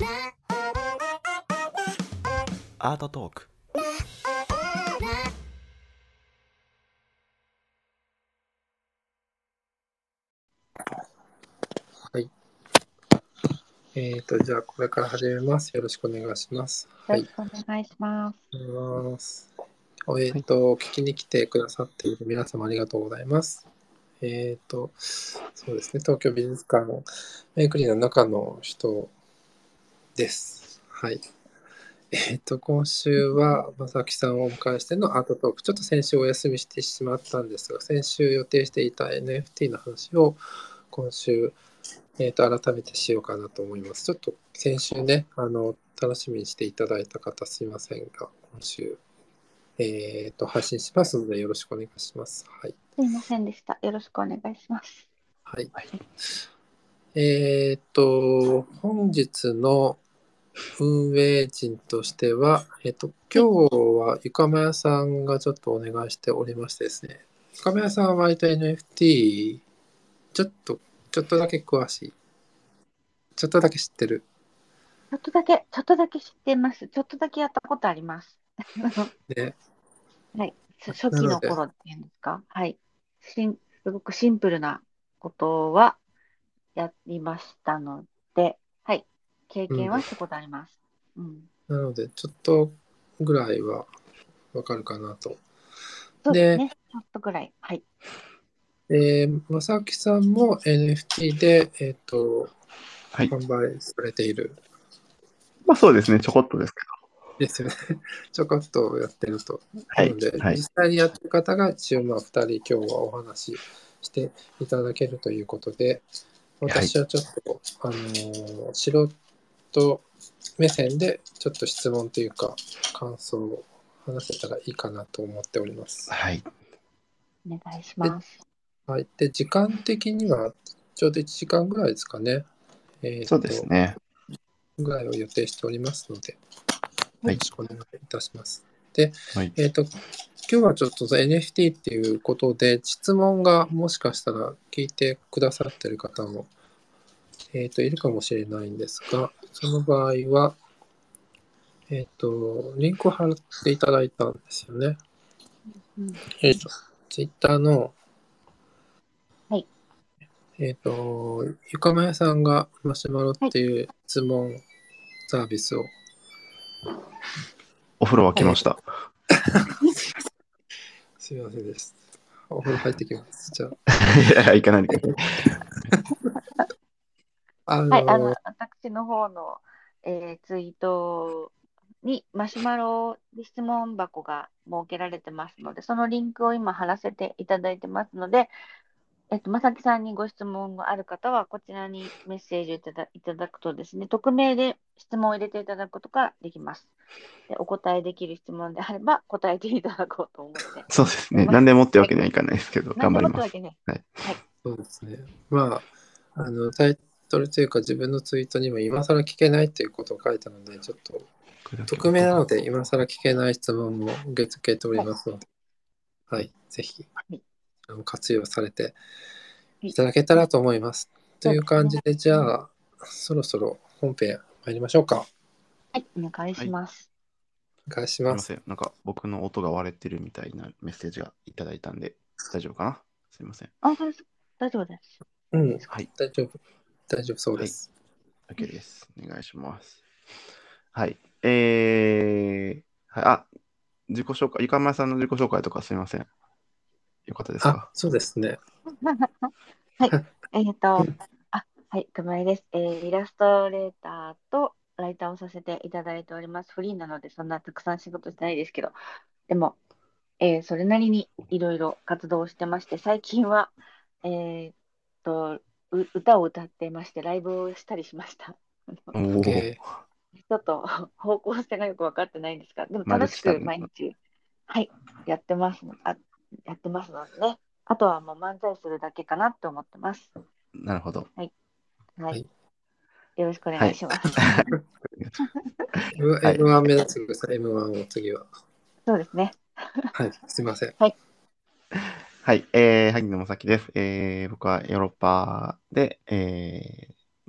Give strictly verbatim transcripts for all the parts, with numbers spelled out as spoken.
アートトーク。 はい。えっと、じゃあ、これから始めます。よろしくお願いします。はい。 よろしくお願いします。 お願いします。えっと、聞きに来てくださっている皆様ありがとうございます。えっと、そうですね、東京美術館メイクリーの中の人です。はい。えっと、今週は、まさきさんをお迎えしてのアートトーク、ちょっと先週お休みしてしまったんですが、先週予定していた エヌエフティー の話を今週、えっと、改めてしようかなと思います。ちょっと先週ね、あの、楽しみにしていただいた方すいませんが、今週、えっと、配信しますのでよろしくお願いします。はい。 すいませんでした。よろしくお願いします。 はい。えっと、本日の運営陣としては、えっと、今日はゆかまやさんがちょっとお願いしておりましてですね、ゆかまやさんは割と エヌエフティー、ちょっと、ちょっとだけ詳しい。ちょっとだけ知ってる。 ちょっとだけ、ちょっとだけ知ってます。ちょっとだけやったことあります。 ね。 はい。初初期なので、 の頃っていうんですか。はい。しん、すごくシンプルなことはやりましたので、はい。経うん。 験はしたことあります。うん。 なので、ちょっとぐらいはわかるかなと。で、 そうですね。ちょっとぐらい。はい。 えー、まさきさんも エヌエフティー で、えっと、 はい。 販売されているまあそうですね、ちょこっとですけですよね。ちょこっとやってると。 ど。は。 ないので、 はい。 実際にやってる方が一応、まあ、ふたり今日はお話ししていただけるということで、 はい。 私はちょっと、あのー素人目線でちょっと質問というか、感想を話せたらいいかなと思っております。 はい。 お願いしで、 ます。 はい。で、時間的にはちょうどいちじかんぐらいですかね。えーそうっと、 ですね。 ぐらいを予定しておりますので、 はい。 よろしくお願いいたします。で、 はい。 えっと、今日はちょっと エヌエフティー っていうことで、質問がもしかしたら聞いてくださってる方も、えっと、いるかもしれないんですが、その場合は、えっと、リンクを貼っていただいたんですよね。 うん。 えっと、ツイッターの、 はい。 えっと、ゆかまやさんがマシュマロっはい。 ていう質問サービスを、 お風呂沸はい。 きました。 すみませんです。お風呂入ってきます。じゃいや、行かないでくだあ、あはい。あの、 の、 私の方の、えーツイートにマシュマロで質問箱が設けられてますので、そのリンクを今貼らせていただいてますので、えっと、まさきさんにご質問がある方は、こちらにメッセージをいただいただくとですね、匿名で質問を入れていただくことができます。で、お答えできる質問であれば、答えていただこうと思ってそうですね。 おります。 何でもってわはい。 けにはいかないですけど、 なんで頑張ります。 もってわけね。 はい。 はい。 そうですね。まあ、あの、タイトルというか自分のツイートにも今更聞けないということを書いたので、ちょっとこれだけ匿名音が。 なので今更聞けない質問も受け付けておりますので、はい、ぜひはいあの活用されてはいいただけたらと思います。というそうですね。 感じで、じゃあ、そろそろ本編参りましょうか。 はい。お願いはい。 します。 お願いします。 すいません。なんか僕の音が割れてるみたいなメッセージがいただいたんで、大丈夫かな。すいません。 あ、大丈夫大丈夫です。 うん、 いいですか？ はい。 大丈夫。大丈夫そうはい。 です。 OK です。お願いします。はい。えー、はい、あ、自己紹介、ゆかまやさんの自己紹介とかすいません。よかったですあ、 か。 そうですね。 はい。えっと、あ、はい、熊井です。えーイラストレーターとライターをさせていただいております。フリーなので、そんなたくさん仕事してないですけど、でも、えーそれなりにいろいろ活動をしてまして、最近は、えーっと、う歌を歌ってまして、ライブをしたりしました。あのおお、 えちょっと方向性がよく分かってないんですが、でもマ楽しくルチタレント。 毎日、はい、やってますの、あ、やってますのでね。あとはもう漫才するだけかなって思ってます。 なるほど。 はい。はー、はい。 い。 よろしくおはい。 願いします。 はい。 エムワン 目指してください、エムワン を次は。 そうですね。 はい、すいません。 はい。 はい。えー、萩野正樹です。えー、僕はヨーロッパで、えー、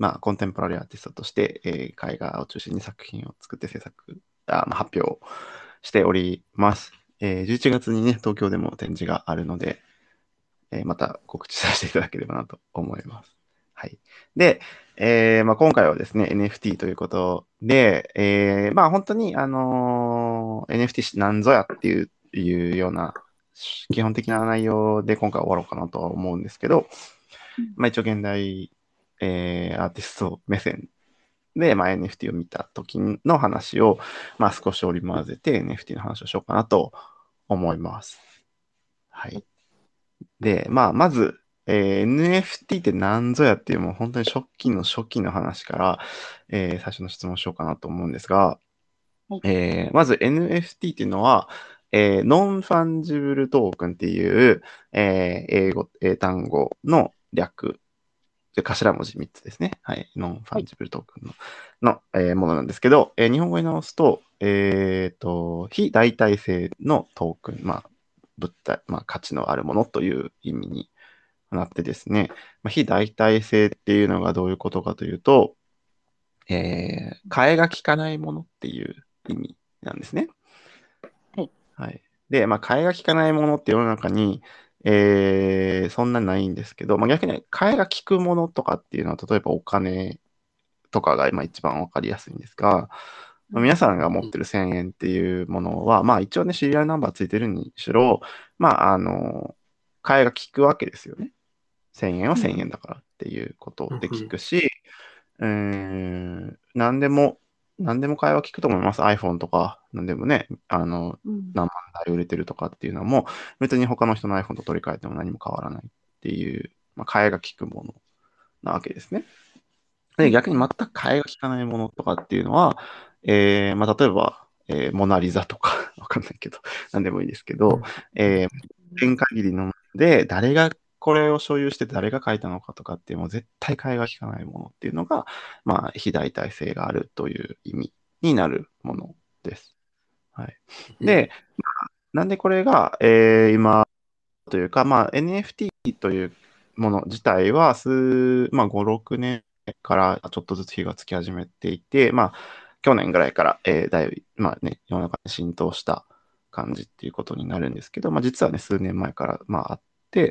まあ、コンテンポラリーアーティストとして、えー、絵画を中心に作品を作って制作、あまあ、発表しております。えー、じゅういちがつにね、東京でも展示があるので、えーまた告知させていただければなと思います。はい。で、えーまあ、今回はですね、エヌエフティー ということで、えーまあ、本当に、あのー エヌエフティー なんぞやっていういうような基本的な内容で今回終わろうかなとは思うんですけど、まあ、一応現代、えーアーティスト目線で、まあ、エヌエフティー を見た時の話を、まあ、少し織り交ぜて エヌエフティー の話をしようかなと思います。はい。で、まあ、まず、えー エヌエフティー って何ぞやっていう、もう本当に初期の初期の話から、えー最初の質問をしようかなと思うんですが、 はいえーまず エヌエフティー っていうのは、えーノンファンジブルトークンっていう、えー英語、英単語の略で頭文字みっつですね。はい。ノンファンジブルトークンの、のえーものなんですけど、えー日本語に直すと、えっと、非代替性のトークン、まあ、物体、まあ、価値のあるものという意味になってですね、まあ、非代替性っていうのがどういうことかというと、えー、替えが利かないものっていう意味なんですね。 はい。 はい。で、まあ、替えが利かないものって世の中に、えーそんなにないんですけど、まあ、逆に替えが利くものとかっていうのは、例えばお金とかが今一番わかりやすいんですが、まあ皆さんが持ってるせんえんっていうものは、まあ一応ね、シリアルナンバーついてるにしろ、まあ、あの、替えが利くわけですよね。せんえんはせんえんだからっていうことで聞くし、うーん、何でも、何でも会話聞くと思います。iPhone とか、何でもね、あの、 うん何万台売れてるとかっていうのはもう、別に他の人の iPhone と取り替えても何も変わらないっていう、まあ、替えが利くものなわけですね。で、逆に全く替えが利かないものとかっていうのは、えーまあ、例えば、えーモナリザとか、わかんないけど、何でもいいですけど、えー、点限りのもので、誰がこれを所有して誰が書いたのかとかっていう、もう絶対替えが利かないものっていうのが、まあ、非代替性があるという意味になるものです。はい。で、まあなんでこれが、えー今というか、まあ、エヌエフティー というもの自体は数、まあ、ご、ろくねんからちょっとずつ火がつき始めていて、まあ、去年ぐらいから、えーだいぶ、まあね、世の中に浸透した感じっていうことになるんですけど、まあ、実はね、数年前から、まあ、あって、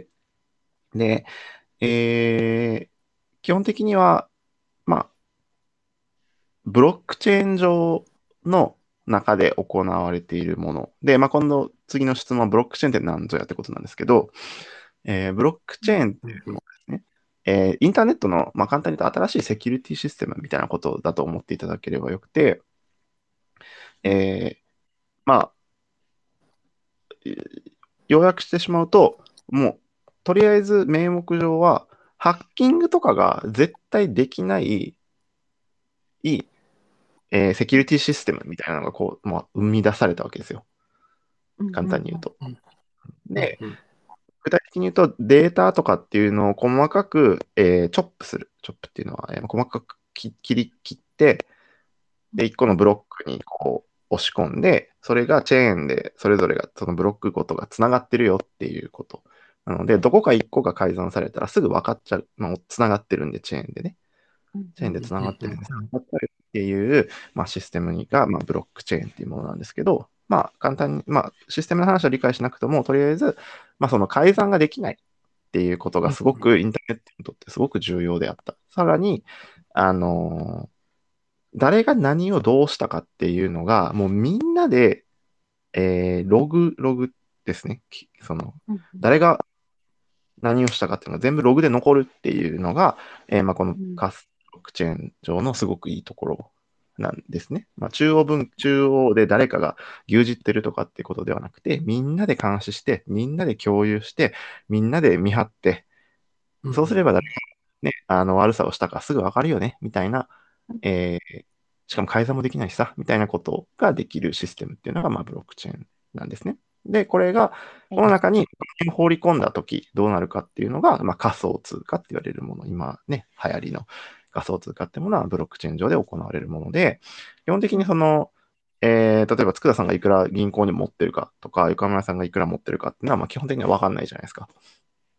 で、えー基本的には、まあ、ブロックチェーン上の中で行われているもの。で、まあ、今度、次の質問はブロックチェーンって何ぞやってことなんですけど、えーブロックチェーンっていうのはですね、えーインターネットの、まあ、簡単に言うと新しいセキュリティシステムみたいなことだと思っていただければよくて、えーまあ、要約してしまうと、もう、とりあえず名目上は、ハッキングとかが絶対できないいい、えーセキュリティシステムみたいなのがこう、まあ、生み出されたわけですよ。簡単に言うと。で、具体的に言うと、データとかっていうのを細かく、えーチョップする。チョップっていうのは、えー細かく切切り切って、で、一個のブロックにこう押し込んで、それがチェーンで、それぞれが、そのブロックごとがつながってるよっていうこと。なので、どこか一個が改ざんされたらすぐ分かっちゃう。まあ、つながってるんで、チェーンでね。チェーンでつながってるんです。っていう、まあ、システムが、まあ、ブロックチェーンっていうものなんですけど、まあ、簡単に、まあ、システムの話は理解しなくても、とりあえず、まあ、その改ざんができないっていうことがすごくインターネットにとってすごく重要であった。さらに、あのー誰が何をどうしたかっていうのが、もうみんなで、えーログ、ログですね。きその、誰が何をしたかっていうのが全部ログで残るっていうのが、えーまあ、このカスブロックチェーン上のすごくいいところなんですね。まあ、中央分、中央で誰かが牛耳ってるとかっていうことではなくて、みんなで監視して、みんなで共有して、みんなで見張って、そうすれば誰がね、あの悪さをしたかすぐわかるよね、みたいな、えーしかも改ざんもできないしさ、みたいなことができるシステムっていうのが、まあ、ブロックチェーンなんですね。で、これが、この中に放り込んだときどうなるかっていうのが、まあ、仮想通貨って言われるもの、今ね、流行りの仮想通貨ってものはブロックチェーン上で行われるもので、基本的にその、えー例えば、佃さんがいくら銀行に持ってるかとか、横村さんがいくら持ってるかっていうのは、まあ、基本的には分かんないじゃないですか。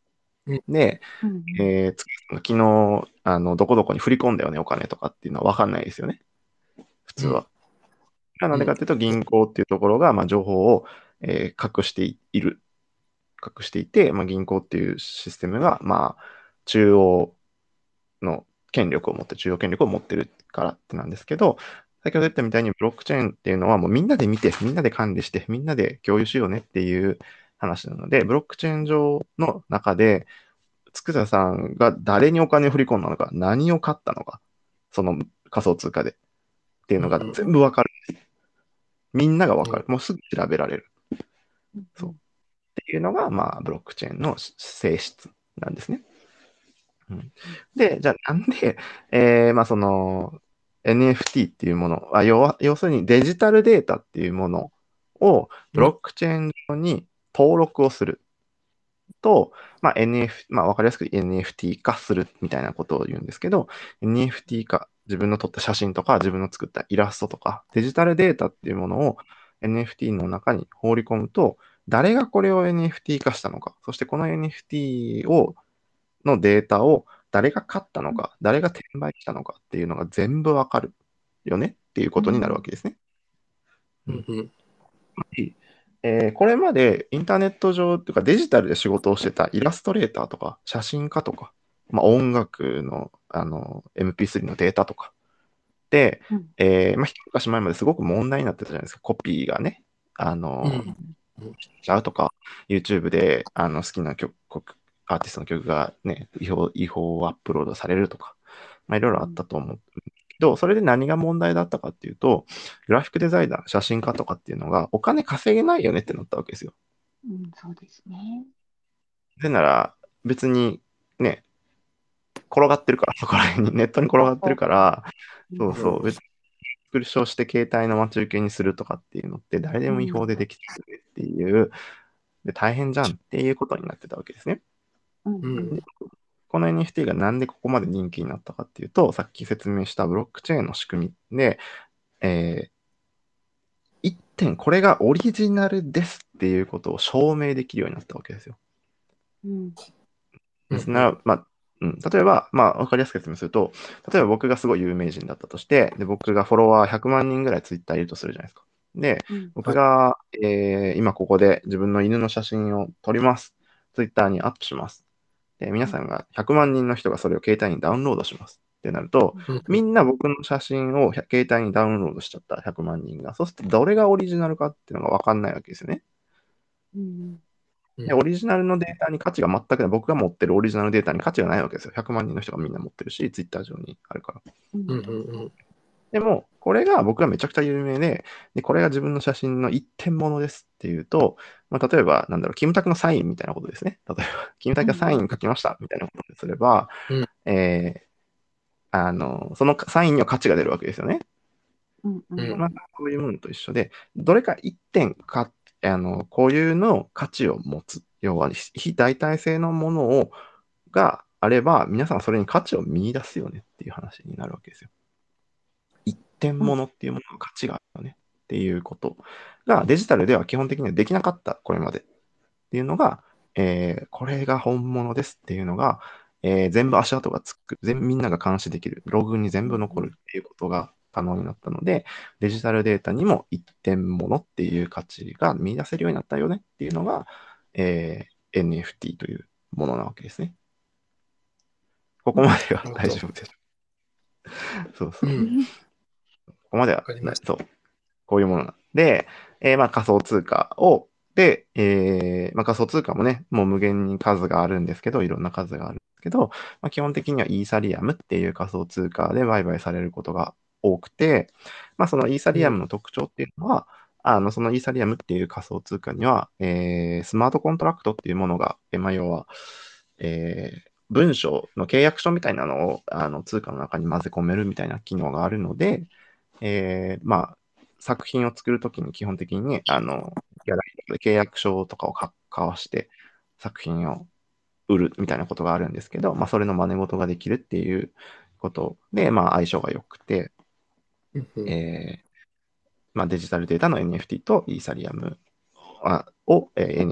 で、 うんえーつ昨日、あの、どこどこに振り込んだよね、お金とかっていうのは分かんないですよね、普通は。なんでかっていうと、銀行っていうところが、まあ、情報を、えー隠している、隠していて、まあ、銀行っていうシステムが、まあ、中央の権力を持ってる、中央権力を持ってるからってなんですけど、先ほど言ったみたいにブロックチェーンっていうのはもうみんなで見て、みんなで管理して、みんなで共有しようねっていう話なので、ブロックチェーン上の中で、佃田さんが誰にお金を振り込んだのか、何を買ったのか、その仮想通貨でっていうのが全部わかる。みんながわかる。もうすぐ調べられる。そう。っていうのが、まあ、ブロックチェーンの性質なんですね。うん、で、じゃあなんで、えーまあ、その エヌエフティー っていうものあ要は、要するにデジタルデータっていうものをブロックチェーン上に登録をすると、まあ エヌエフ、まあ、わかりやすく エヌエフティー 化するみたいなことを言うんですけど、エヌエフティー 化、自分の撮った写真とか、自分の作ったイラストとか、デジタルデータっていうものを エヌエフティー の中に放り込むと、誰がこれを エヌエフティー 化したのか、そしてこの エヌエフティー をのデータを誰が買ったのか、誰が転売したのかっていうのが全部わかるよねっていうことになるわけですね。 うんうんえーこれまでインターネット上というかデジタルで仕事をしてたイラストレーターとか写真家とか、まあ、音楽の、あの エムピースリー のデータとかで、 うんえーまあ、一昔前まですごく問題になってたじゃないですか。コピーがね、あの、 うんしちゃうとか、YouTube であの好きな曲、曲アーティストの曲がね、違法、違法アップロードされるとか、まあ、いろいろあったと思うんですけど、それで何が問題だったかっていうと、グラフィックデザイナー、写真家とかっていうのがお金稼げないよねってなったわけですよ。 うんそうですね。 でなら、別にね、転がってるから、そこら辺に、ネットに転がってるから、そうそう、別にスクリショして携帯の待ち受けにするとかっていうのって誰でも違法でできてるねっていう、で大変じゃんっていうことになってたわけですね。 うんううんんこの エヌエフティー がなんでここまで人気になったかっていうと、さっき説明したブロックチェーンの仕組みで、えー一点これがオリジナルですっていうことを証明できるようになったわけですよ。 うんですなら、まあ、うん、例えば、まあ、わかりやすく説明すると、例えば僕がすごい有名人だったとして、で、僕がフォロワーひゃくまん人ぐらいツイッターいるとするじゃないですか。で、 うん僕が、えー今ここで自分の犬の写真を撮ります。ツイッターにアップします。で、皆さんがひゃくまん人の人がそれを携帯にダウンロードします。ってなると、 うんみんな僕の写真を携帯にダウンロードしちゃったひゃくまん人が、そうするとどれがオリジナルかっていうのがわかんないわけですよね。 うんで、オリジナルのデータに価値が全くない。僕が持ってるオリジナルデータに価値がないわけですよ。ひゃくまん人の人がみんな持ってるし、ツイッター上にあるから。 うんうんうんでも、これが僕がめちゃくちゃ有名で、で、これが自分の写真の一点物ですっていうと、まあ、例えば、なんだろう、キムタクのサインみたいなことですね。例えば、キムタクがサイン書きましたみたいなことですれば、 うんえーあの、そのサインには価値が出るわけですよね。 うんううんんまあ、こういうものと一緒で、どれか一点か、あの、固有の価値を持つ。要は、非代替性のものを、があれば、皆さんそれに価値を見出すよねっていう話になるわけですよ。一点物っていうものの価値があるよねっていうことが、デジタルでは基本的にはできなかった、これまで。っていうのが、えーこれが本物ですっていうのが、えー全部足跡がつく、全部みんなが監視できる、ログに全部残るっていうことが可能になったので、デジタルデータにも一点物っていう価値が見出せるようになったよねっていうのが、えー エヌエフティー というものなわけですね。ここまでは大丈夫です。そうそうう。こんこまではわかりましたそう。こういうものなんで、えーまあ仮想通貨を、で、えーまあ、仮想通貨もね、もう無限に数があるんですけど、いろんな数があるんですけど、まあ、基本的にはイーサリアムっていう仮想通貨で売買されることが多くて、まあ、そのイーサリアムの特徴っていうのは、あのそのイーサリアムっていう仮想通貨には、えースマートコントラクトっていうものが、えーまあ、要は、えー文章の契約書みたいなのをあの通貨の中に混ぜ込めるみたいな機能があるので、えーまあ、作品を作るときに基本的にね、あの、ギャラリーで契約書とかをか交わして作品を売るみたいなことがあるんですけど、まあ、それの真似事ができるっていうことで、まあ、相性が良くて、 うんうんえーまあ、デジタルデータの エヌエフティー とイーサリアムあを、えー エヌエフ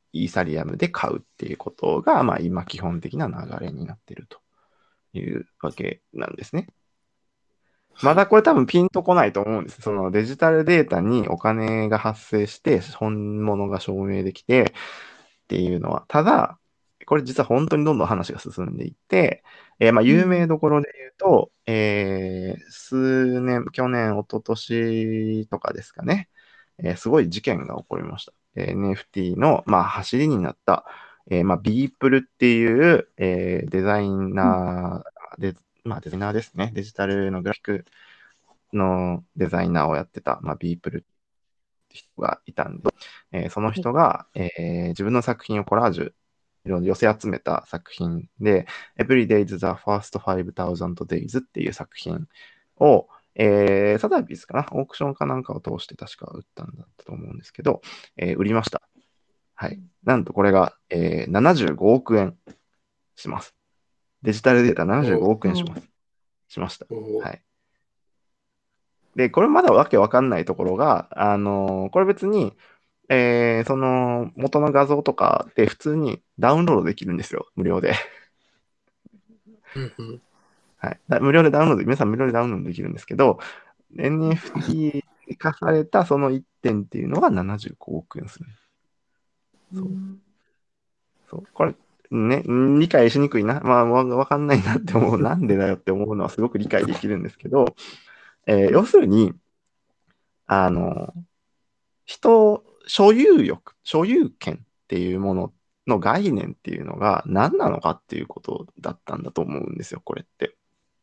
イーサリアムで買うっていうことが、まあ、今基本的な流れになっているというわけなんですね。まだこれ多分ピンとこないと思うんです。そのデジタルデータにお金が発生して本物が証明できてっていうのは、ただ、これ実は本当にどんどん話が進んでいって、えーまあ有名どころで言うと、えー数年、去年、一昨年とかですかね、えーすごい事件が起こりました。えー エヌエフティー の、まあ、走りになった、えーまあ、ビープルっていう、えーデザイナー、でまあ、デザイナーですね。デジタルのグラフィックのデザイナーをやってた、まあ、ビープルって人がいたんで、えーその人が、えー自分の作品をコラージュ、いろいろ寄せ集めた作品で、Every Day is the First ファイブタウザンド Days っていう作品を、えーサザビスかな、オークションかなんかを通して確か売ったんだったと思うんですけど、えー売りました。はい。なんとこれが、えーななじゅうごおくえんします。デジタルデータななじゅうごおくえんします。しました。 おーはい。で、これまだわけわかんないところが、あのーこれ別に、えーその元の画像とかで普通にダウンロードできるんですよ、無料で。 うんうんはい。だ無料でダウンロード、皆さん無料でダウンロードできるんですけど、エヌエフティー 化されたそのいってんっていうのがななじゅうごおくえんする。そう。そう。これ、ね、理解しにくいな。まあ、わわかんないなって思う。なんでだよって思うのはすごく理解できるんですけど、えー要するに、あの、人、所有欲、所有権っていうものの概念っていうのが何なのかっていうことだったんだと思うんですよ、これって。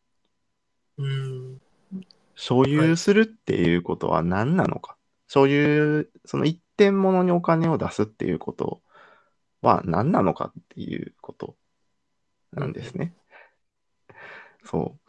うん所有するっていうことは何なのか。所有、その一点物にお金を出すっていうことは何なのかっていうことなんですね。そう。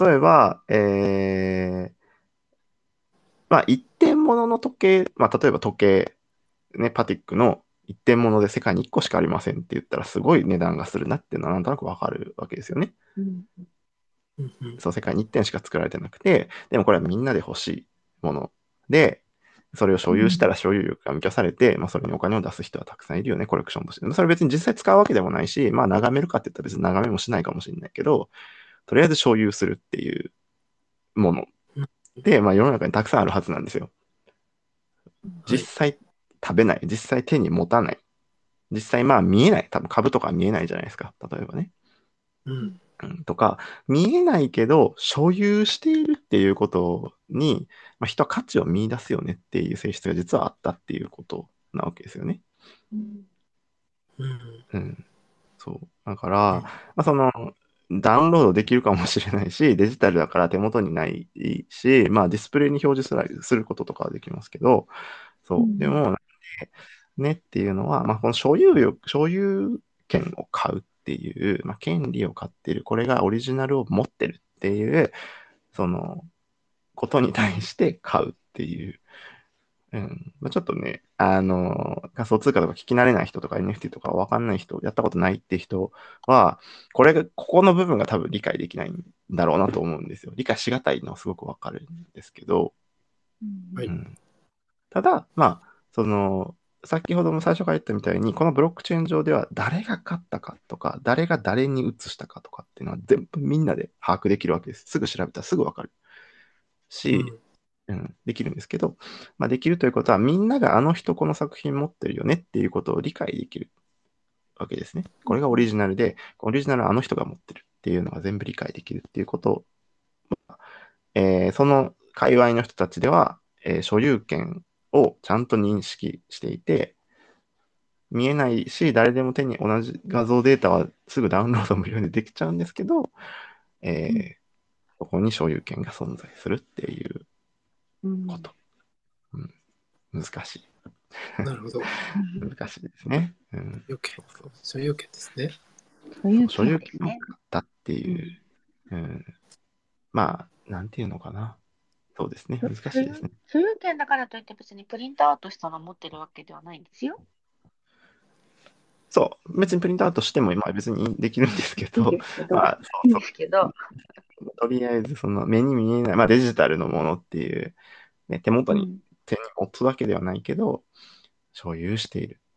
例えば、えー、まあ一点物の時計、まあ例えば時計、ね、パティックの一点物で世界にいっこしかありませんって言ったらすごい値段がするなっていうのはなんとなくわかるわけですよね。 うんうんうんそう、世界にいってんしか作られてなくて、でもこれはみんなで欲しいもので、それを所有したら所有欲が満たされて、まあそれにお金を出す人はたくさんいるよね、コレクションとして。それ別に実際使うわけでもないし、まあ眺めるかって言ったら別に眺めもしないかもしれないけど、とりあえず所有するっていうもので、まあ世の中にたくさんあるはずなんですよ。実際食べない、実際手に持たない、実際まあ見えない、多分株とか見えないじゃないですか、例えばね。 うんうんとか、見えないけど所有しているっていうことに、まあ、人は価値を見出すよねっていう性質が実はあったっていうことなわけですよね。 うんうんうん。そう。だから、まあ、その、ダウンロードできるかもしれないし、デジタルだから手元にないし、まあディスプレイに表示するすることとかはできますけど、そう。でも、なんでねっていうのは、まあこの所有欲、所有権を買うっていう、まあ権利を買っている、これがオリジナルを持ってるっていう、その、ことに対して買うっていう、うんまあ、ちょっとね、あの、仮想通貨とか聞き慣れない人とか エヌエフティー とかわかんない人、やったことないって人は、これが、ここの部分が多分理解できないんだろうなと思うんですよ。理解しがたいのはすごくわかるんですけど、 はいうん、ただ、まあ、その、先ほども最初から言ったみたいに、このブロックチェーン上では誰が勝ったかとか、誰が誰に移したかとかっていうのは全部みんなで把握できるわけです。すぐ調べたらすぐわかるし、うん、できるんですけど、まあ、できるということは、みんながあの人この作品持ってるよねっていうことを理解できるわけですね。これがオリジナルで、オリジナルはあの人が持ってるっていうのが全部理解できるっていうことを、えーその界隈の人たちでは、えー所有権をちゃんと認識していて、見えないし、誰でも手に同じ画像データはすぐダウンロード無料でできちゃうんですけど、えーそこに所有権が存在するっていうこと。うん、難しい。 なるほど。 難しいですね。うん、 所有権。所有権ですね。 そういう所有権を権ですね。 買ったっていう、うんまあ、なんていうのかな。そうですね。難し所有いですね。 所有権だからといって別にプリントアウトしたの持ってるわけではないんですよ。 そう。別にプリントアウトしても、まあ別にできるんですけいいど、 ですけど、 まあ、 いいそうですけど、 そう。とりあえず、その目に見えない、まあデジタルのものっていう、ね、手元に、 うん、 手に持つだけではないけど、所有している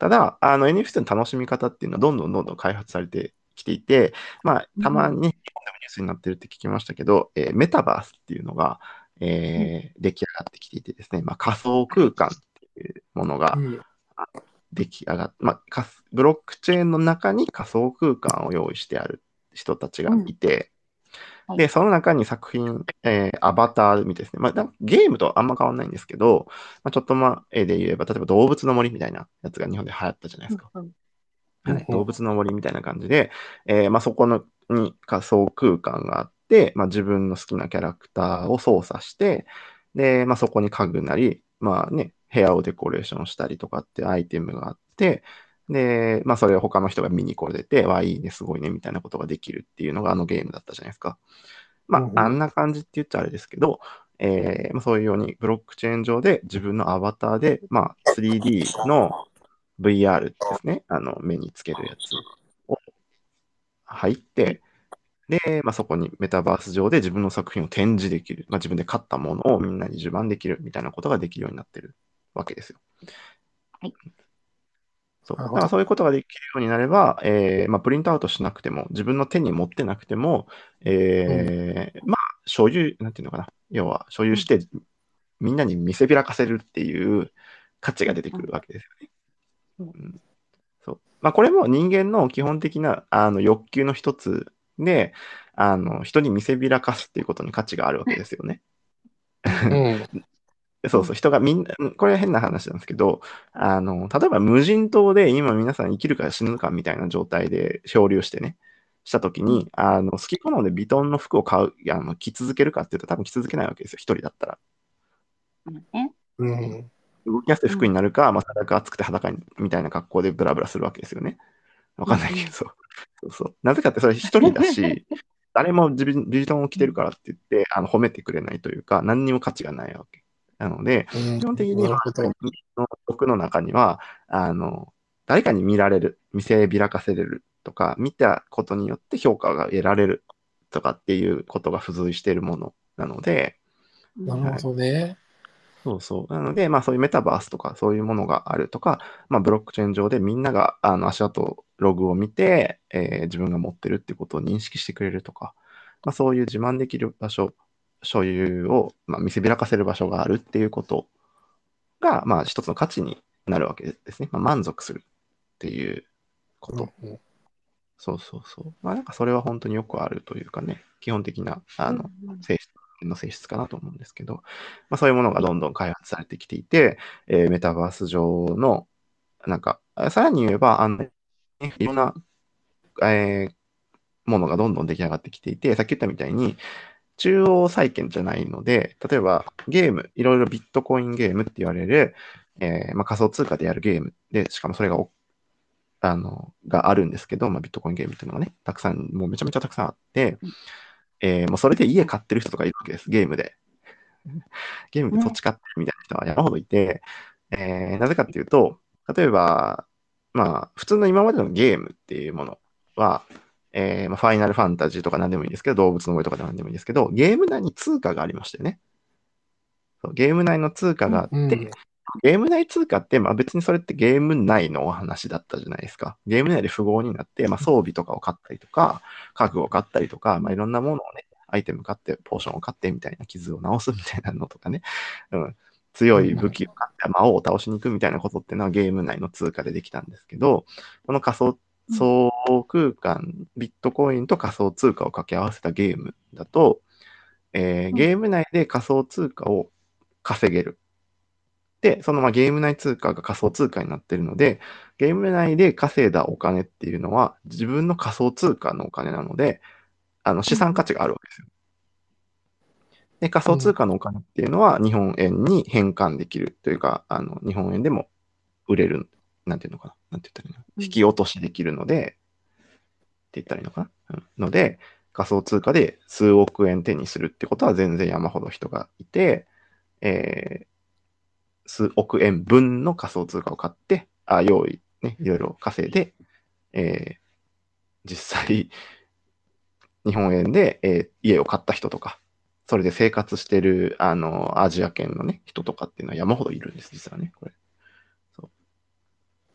ただ、あの エヌエフティー の楽しみ方っていうのはどんどんどんどん開発されてきていて、まあ、たまに日本でもニュースになってるって聞きましたけど、えーメタバースっていうのが、えー出来上がってきていてですね、まあ、仮想空間っていうものがうん。 出来上がっ、まあ、かすブロックチェーンの中に仮想空間を用意してある人たちがいて、 はいで、その中に作品、えーアバターみたいですね。まあ、だゲームとあんま変わんないんですけど、まあ、ちょっとまあ、絵で言えば、例えば動物の森みたいなやつが日本で流行ったじゃないですか。 うんはい、 うん動物の森みたいな感じで、えーまあ、そこのに仮想空間があって、まあ、自分の好きなキャラクターを操作して、で、まあ、そこに家具なり、まあね、部屋をデコレーションしたりとかってアイテムがあって、で、まあ、それを他の人が見に来れて、わあ、いいね、すごいね、みたいなことができるっていうのがあのゲームだったじゃないですか。まあ、 うんうんあんな感じって言っちゃあれですけど、えーまあ、そういうようにブロックチェーン上で自分のアバターで、まあ、スリーディー の ブイアール ですね、あの目につけるやつを入って、で、まあ、そこにメタバース上で自分の作品を展示できる、まあ、自分で買ったものをみんなに自慢できるみたいなことができるようになってるわけですよ。 はいそう。 なるほどだからそういうことができるようになれば、えーまあ、プリントアウトしなくても、自分の手に持ってなくても、えーまあ、所有、なんていうのかな、要は所有して、みんなに見せびらかせるっていう価値が出てくるわけですよね。 うんうんそうまあ、これも人間の基本的なあの欲求の一つで、あの人に見せびらかすっていうことに価値があるわけですよね。 うん。 そうそう、人がみんな、これは変な話なんですけど、あの、例えば無人島で今皆さん生きるか死ぬかみたいな状態で漂流してね、したときに、あの、好き好んでヴィトンの服を買う、あの、着続けるかっていうと多分着続けないわけですよ、一人だったら。 うんねうん。 動きやすい服になるか、まあ、最悪暑くて裸にみたいな格好でブラブラするわけですよね。わかんないけど、そうそう。なぜかってそれ一人だし、誰も自分、ビジトンを着てるからって言って、あの褒めてくれないというか、何にも価値がないわけ。なので、 うん基本的にはなるほど。 僕の中には、あの、誰かに見られる、見せびらかせれるとか、見たことによって評価が得られるとかっていうことが付随しているものなので、 なるほどね。 そうそう。なので、まあそういうメタバースとかそういうものがあるとか、まあブロックチェーン上でみんながあの足跡、ログを見て、えー自分が持ってるってことを認識してくれるとか、まあそういう自慢できる場所、所有を、まあ、見せびらかせる場所があるっていうことが、まあ一つの価値になるわけですね。まあ満足するっていうこと。 うんそうそうそう。まあなんかそれは本当によくあるというかね、基本的なあのうんうん性質の性質かなと思うんですけど、まあそういうものがどんどん開発されてきていて、えーメタバース上の、なんか、あさらに言えば、あの、いろんな、えーものがどんどん出来上がってきていて、さっき言ったみたいに、中央債券じゃないので、例えばゲーム、いろいろビットコインゲームって言われる、えーまあ、仮想通貨でやるゲームで、しかもそれがおあの、があるんですけど、まあ、ビットコインゲームっていうのがね、たくさん、もうめちゃめちゃたくさんあって、えーもうそれで家買ってる人とかいるわけです、ゲームで。ゲームで土地買ってるみたいな人は山ほどいて、えーなぜかっていうと、例えば、まあ、普通の今までのゲームっていうものは、えーまあ、ファイナルファンタジーとか何でもいいんですけど、動物の森とかで何でもいいんですけど、ゲーム内に通貨がありましたよね。そうゲーム内の通貨があって、 うんゲーム内通貨って、まあ、別にそれってゲーム内のお話だったじゃないですか。ゲーム内で富豪になって、まあ、装備とかを買ったりとか、家具を買ったりとか、まあ、いろんなものをね、アイテム買って、ポーションを買ってみたいな、傷を治すみたいなのとかね、うん、強い武器を買って魔王を倒しに行くみたいなことっていうのはゲーム内の通貨でできたんですけど、この仮想総空間、ビットコインと仮想通貨を掛け合わせたゲームだと、えーゲーム内で仮想通貨を稼げる。で、そのまあゲーム内通貨が仮想通貨になっているので、ゲーム内で稼いだお金っていうのは自分の仮想通貨のお金なので、あの資産価値があるわけですよ。で、仮想通貨のお金っていうのは日本円に変換できるというか、あの日本円でも売れる、なんていうのかな、なんて言ったらいいの、 うん引き落としできるので、って言ったらいいのかな、うんので、仮想通貨で数億円手にするってことは全然山ほど人がいて、えー数億円分の仮想通貨を買って、あ用意、ね、いろいろ稼いで、えー実際、日本円で、えー家を買った人とか、それで生活してる、あの、アジア圏のね、人とかっていうのは山ほどいるんです、実はね、これ。そう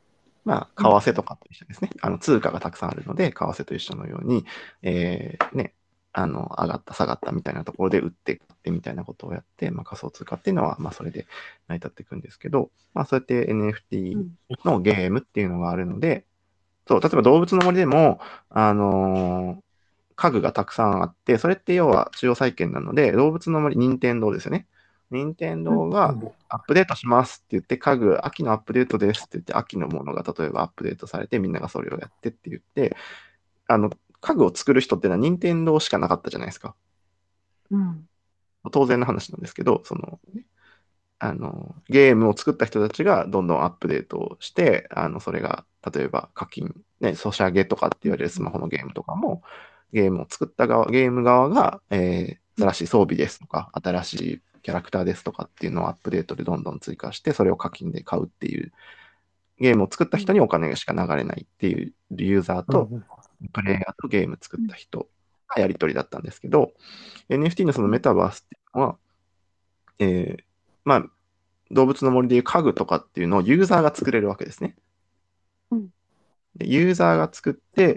まあ、為替とかと一緒ですね。あの通貨がたくさんあるので、為替と一緒のように、えーね、あの上がった、下がったみたいなところで売って買ってみたいなことをやって、まあ、仮想通貨っていうのは、まあ、それで成り立っていくんですけど、まあ、そうやって エヌエフティーうんのゲームっていうのがあるので、そう、例えば動物の森でも、あのー家具がたくさんあって、それって要は中央債権なので、動物の森、任天堂ですよね。任天堂がアップデートしますって言って、家具、秋のアップデートですって言って、秋のものが例えばアップデートされて、みんながそれをやってって言って、あの、家具を作る人ってのは任天堂しかなかったじゃないですか。 うん当然の話なんですけど、その、ね、あの、ゲームを作った人たちがどんどんアップデートをして、あの、それが、例えば課金、ね、ソシャゲとかって言われるスマホのゲームとかも、ゲームを作った側、ゲーム側が、えー、新しい装備ですとか、新しいキャラクターですとかっていうのをアップデートでどんどん追加して、それを課金で買うっていう、ゲームを作った人にお金しか流れないっていうユーザーと、プレイヤーとゲーム作った人がやり取りだったんですけど、エヌエフティー のそのメタバースっていうのは、えー、まあ、動物の森でいう家具とかっていうのをユーザーが作れるわけですね。 うんでユーザーが作って、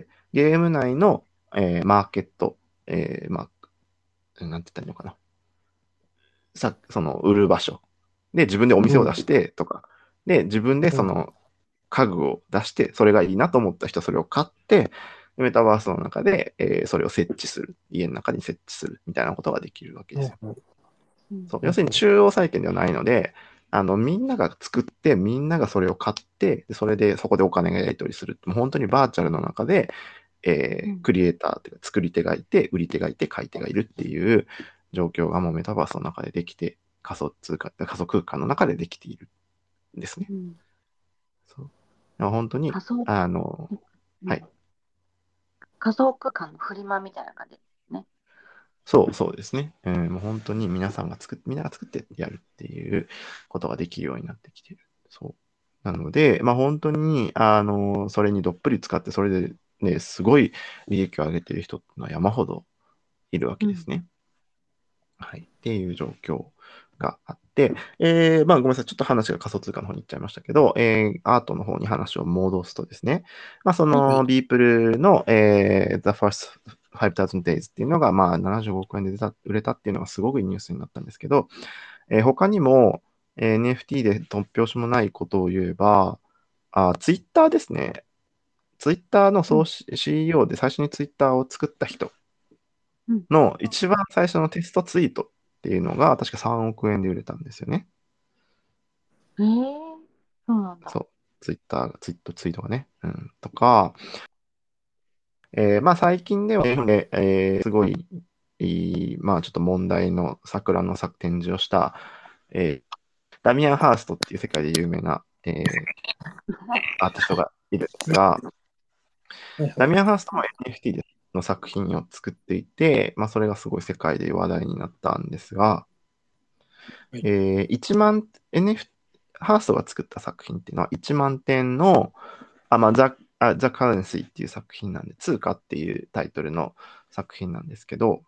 ゲーム内の、えーマーケット、えーまあ、なんて言ったらいいのかな。さ、その、売る場所。で、自分でお店を出してとか、で、自分でその家具を出して、それがいいなと思った人はそれを買って、メタバースの中で、えーそれを設置する。家の中に設置するみたいなことができるわけですよ。 うんそう要するに中央債権ではないので、あの、みんなが作って、みんながそれを買って、でそれで、そこでお金がやり取りする。もう本当にバーチャルの中で、えーうんクリエイターというか、作り手がいて、売り手がいて、買い手がいるっていう状況がもうメタバースの中でできて、仮想通貨、仮想空間の中でできているんですね。 うんそうだから本当に仮、想、 あの、 うんはい。 仮想空間のフリマみたいな感じですね。 そうそうですね。うん、もう本当に皆さんが作っ、みんなが作ってやるっていうことができるようになってきている。そう。なので、まあ本当に、あの、それにどっぷり使って、それでね、すごい利益を上げている人っていうのは山ほどいるわけですね。はい。っていう状況があって、えー、まあごめんなさい。ちょっと話が仮想通貨の方に行っちゃいましたけど、えー、アートの方に話を戻すとですね、まあそのビープルの、えー、The First ファイブサウザンド Days っていうのが、まあななじゅうごおくえんで出た売れたっていうのがすごくいいニュースになったんですけど、えー他にも、えー エヌエフティー で突拍子もないことを言えば、あ、Twitter ですね。Twitter の総 シーイーオー で最初に Twitter を作った人うんの一番最初のテストツイートっていうのが確かさんおくえんで売れたんですよね。 えー、そうなんだ。 そう。ツイッターが、ツイート、ツイートがね。うん。とか、えーまあ最近では、日本で、えーすごい、いいまあちょっと問題の桜の作展示をした、えーダミアン・ハーストっていう世界で有名な、えーアーティストがいるんですが、 はいはいダミアン・ハーストも エヌエフティー での作品を作っていて、まあそれがすごい世界で話題になったんですが、 はいえー、いちまん、エヌエフ、ハーストが作った作品っていうのはいちまんてんの、あ、まあ、ザ・あザ・カレンシーっていう作品なんで、通貨っていうタイトルの作品なんですけど、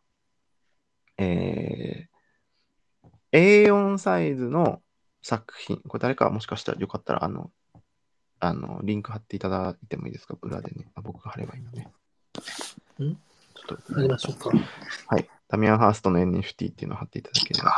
えー、エーよん サイズの作品、これ誰かもしかしたらよかったら、あの、あの、リンク貼っていただいてもいいですか、裏でね。あ、僕が貼ればいいのね。 んちょっと、 ありましょうか。 はい。ダミアン・ハーストの エヌエフティー っていうのを貼っていただければ。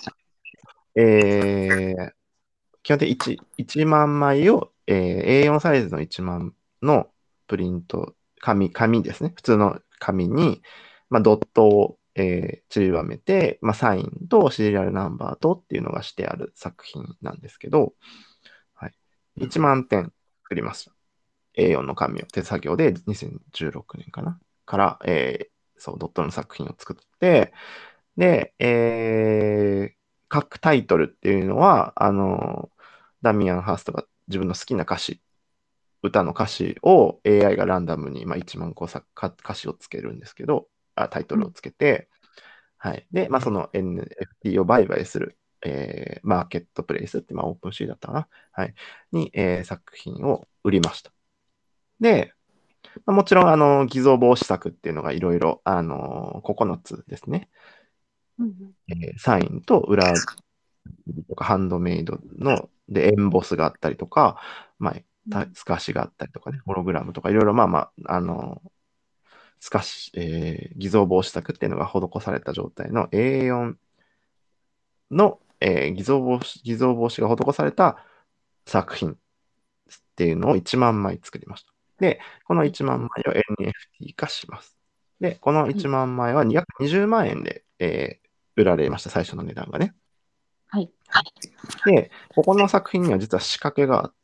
えー、基本的に 1, いちまんまいを、えー エーよん サイズのいちまんのプリント、紙、紙ですね。普通の紙に、まあ、ドットを、えー散りばめて、まあ、サインとシリアルナンバーとっていうのがしてある作品なんですけど、はい、いちまんてん作りました。エーよん の紙を手作業でにせんじゅうろくねんかなから、えーそう、ドットの作品を作って、で、えー各タイトルっていうのは、あの、ダミアン・ハーストが自分の好きな歌詞、歌の歌詞を エーアイ がランダムに、まあ、いちまんこさか歌詞をつけるんですけど、あタイトルをつけて、はい。で、まあ、その エヌエフティー を売買する、えーマーケットプレイスって、まあ、オープンシーだったかな。はい。に、えー作品を売りました。で、まあもちろん、あの、偽造防止策っていうのがいろいろ、あの、ここのつですね。 うんえーサインと裏とかハンドメイドのでエンボスがあったりとか、まあ、 うん透かしがあったりとかね、ホログラムとかいろいろまあまあ、あの、透かし、えー偽造防止策っていうのが施された状態の エーよん の、えー偽造防止、偽造防止が施された作品っていうのをいちまんまい作りました。で、このいちまんまいを エヌエフティー 化します。で、このいちまんまいは約にじゅうまんえんで、えー売られました、最初の値段がね。 はい。 で、ここの作品には実は仕掛けがあって、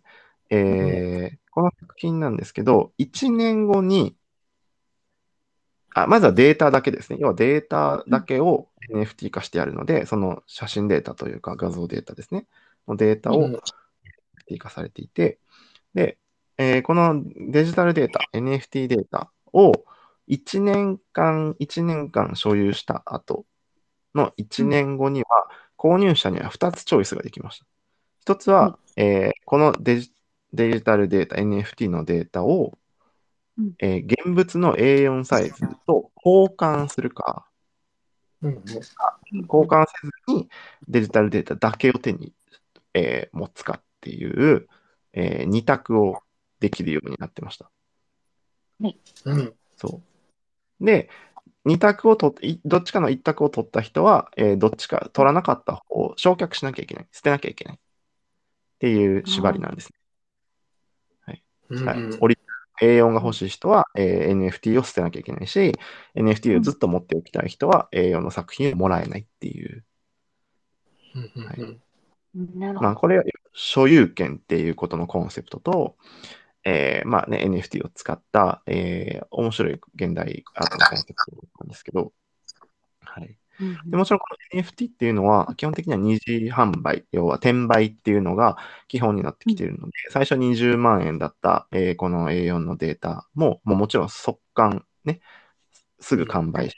えーこの作品なんですけど、いちねんごに、あ、まずはデータだけですね。要はデータだけを エヌエフティー 化してやるので、その写真データというか画像データですね。のデータを エヌエフティー 化されていて、で、えーこのデジタルデータ、エヌエフティー データをいちねんかん、いちねんかん所有した後のいちねんごには、購入者にはふたつチョイスができました。ひとつは、えーこのデジデジタルデータ、エヌエフティー のデータを、 うんえー現物の エーよん サイズと交換するか、 うんうん交換せずにデジタルデータだけを手に、えー持つかっていう、えに択をできるようになってました。 うんそう。で、に択を取って、いどっちかのいち択を取った人は、えーどっちか取らなかった方を焼却しなきゃいけない。捨てなきゃいけない。っていう縛りなんですね。 うんはい。オリジナル エーよん が欲しい人は、えー エヌエフティー を捨てなきゃいけないし、エヌエフティー をずっと持っておきたい人は エーよん の作品をもらえないっていう。 うんうんうんまあ、 なるほど。 これ、所有権っていうことのコンセプトと、えーまあね、エヌエフティー を使った、えー面白い現代アートのコンセプトなんですけど、はい。 うんでもちろんこの エヌエフティー っていうのは、基本的には二次販売、要は転売っていうのが基本になってきているので、最初にじゅうまんえんだった、えーこの エーよん のデータも、もうもちろん速乾、ね、すぐ完売して、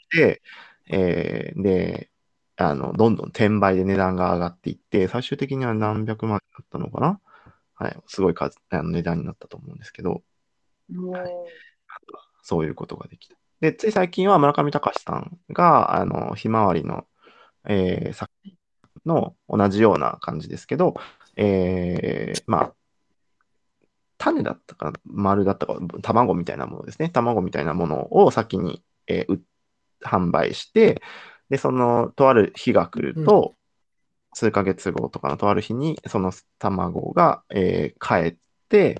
えーで、あの、どんどん転売で値段が上がっていって、最終的には何百万円だったのかな。はい、すごい数あの値段になったと思うんですけど、 もそういうことができた。で、つい最近は村上隆さんが、あの、ひまわりの、えー作品の同じような感じですけど、えーまあ、種だったか、丸だったか、卵みたいなものですね。卵みたいなものを先に、えーう販売して、で、その、とある日が来ると、数ヶ月後とかのとある日に、その卵が、えー帰って、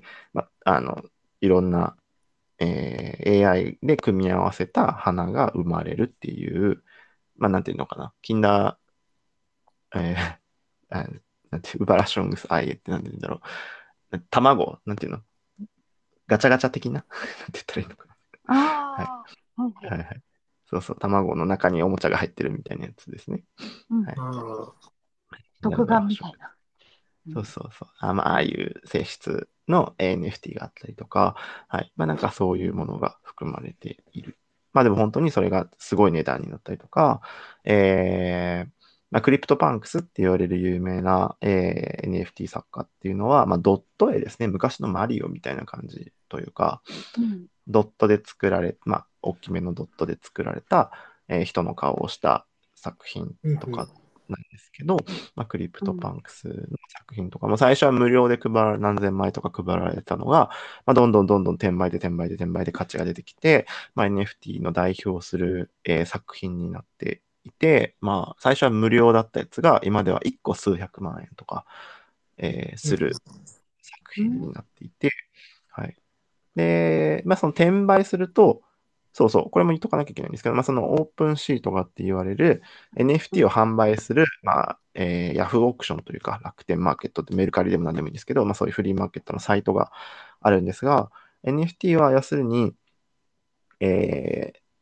ま、あの、いろんな、えー エーアイ で組み合わせた花が生まれるっていう、まあ、なんていうのかな、キンダー、えーあなんていう、ウバラショングスアイエってなんて言うんだろう。卵、なんていうの、ガチャガチャ的ななんて言ったらいいのかう、 な。はい。 ああ、はいはい。 はいはい。そうそう、卵の中におもちゃが入ってるみたいなやつですね。 うんはい。 あ独眼みたいな。 そうそうそう。あ、まあ、ああいう性質の エヌエフティー があったりとか、はい。まあ、なんかそういうものが含まれている。まあ、でも本当にそれがすごい値段になったりとか、えー、まあ、クリプトパンクスって言われる有名な、えー エヌエフティー 作家っていうのは、まあ、ドット絵ですね。昔のマリオみたいな感じというか、 うんドットで作られ、まあ、大きめのドットで作られた、えー人の顔をした作品とかなんですけど、まあ、クリプトパンクスの作品とかも最初は無料で配られ、何千枚とか配られたのが、まあ、どんどんどんどん転売で転売で転売で価値が出てきて、まあ、エヌエフティー の代表する、えー作品になっていて、まあ、最初は無料だったやつが、今ではいっこ数百万円とか、えーする作品になっていて、はい。で、まあ、その転売すると、そうそう、これも言っとかなきゃいけないんですけど、まあ、そのオープンシートがって言われる エヌエフティー を販売する、まあ、えー、ヤフーオークションというか、楽天マーケットってメルカリでも何でもいいんですけど、まあ、そういうフリーマーケットのサイトがあるんですが、エヌエフティー は要するに、えー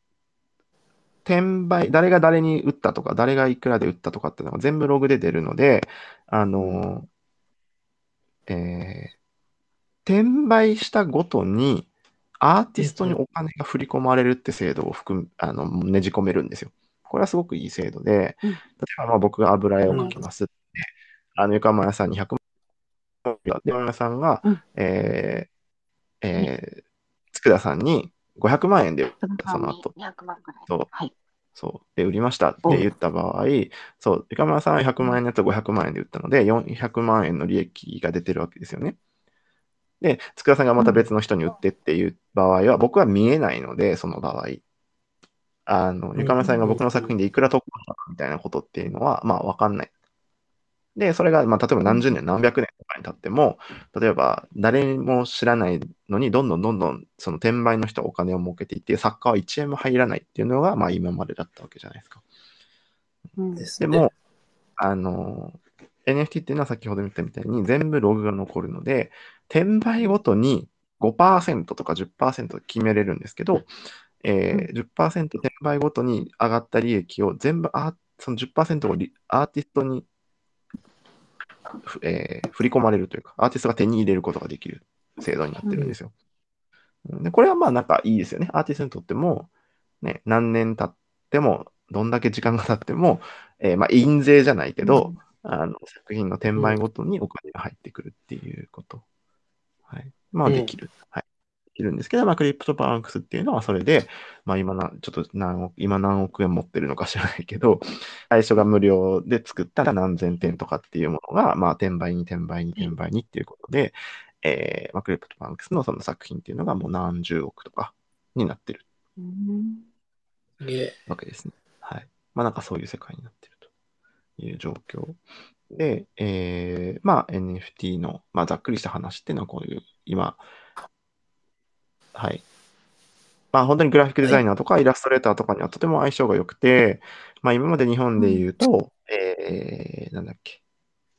転売、誰が誰に売ったとか、誰がいくらで売ったとかっていうのが全部ログで出るので、あの、えー転売したごとに、アーティストにお金が振り込まれるって制度を含む、あの、ねじ込めるんですよ。これはすごくいい制度で、 うん例えばまあ僕が油絵を描きますって、あの、横浜屋さんにひゃくまん、で、横浜屋さんが、 うんえーえー、佃さんにごひゃくまんえんで売った、その後、 にひゃくまんくらい。 そう、 はい。 そう。で、売りましたって言った場合、そう、横浜屋さんはひゃくまん円のやつをごひゃくまん円で売ったので、よんひゃくまん円の利益が出てるわけですよね。 で、佃さんがまた別の人に売ってっていう場合は、僕は見えないので、その場合。あの、 うんゆかむらさんがうん僕の作品でいくら得したかみたいなことっていうのは、まあ、わかんない。で、それが、まあ、例えば何十年、何百年とかに経っても、例えば、誰も知らないのに、どんどんどんどん、その転売の人はお金を儲けていって、作家はいちえんも入らないっていうのが、まあ、今までだったわけじゃないですか。 うんですね。 でも、あの、エヌエフティー っていうのは先ほど言ったみたいに、全部ログが残るので、転売ごとにごパーセントとかじゅっパーセント決めれるんですけど、えー、じゅっパーセント転売ごとに上がった利益を全部あ、そのじゅっパーセントをリアーティストに、ふえー振り込まれるというか、アーティストが手に入れることができる制度になってるんですよ。でこれはまあなんかいいですよね。アーティストにとっても、ね、何年経っても、どんだけ時間が経っても、えーまあ印税じゃないけど、あの作品の転売ごとにお金が入ってくるっていうこと。はい。まあできる。はい。できるんですけど、まあクリプトパンクスっていうのはそれで、まあ今な、ちょっと何億、今何億円持ってるのか知らないけど、最初が無料で作ったら何千点とかっていうものが、まあ転売に転売に転売にっていうことで、えーまあ、クリプトパンクスのその作品っていうのがもう何十億とかになってるうんすげえ。 わけですね。はい。まあなんかそういう世界になってるという状況。で、えー、まあ エヌエフティー の、まあ、ざっくりした話っていうのはこういう、今、はい。まあ本当にグラフィックデザイナーとかイラストレーターとかにはとても相性が良くて、まあ今まで日本で言うと、えー、なんだっけ、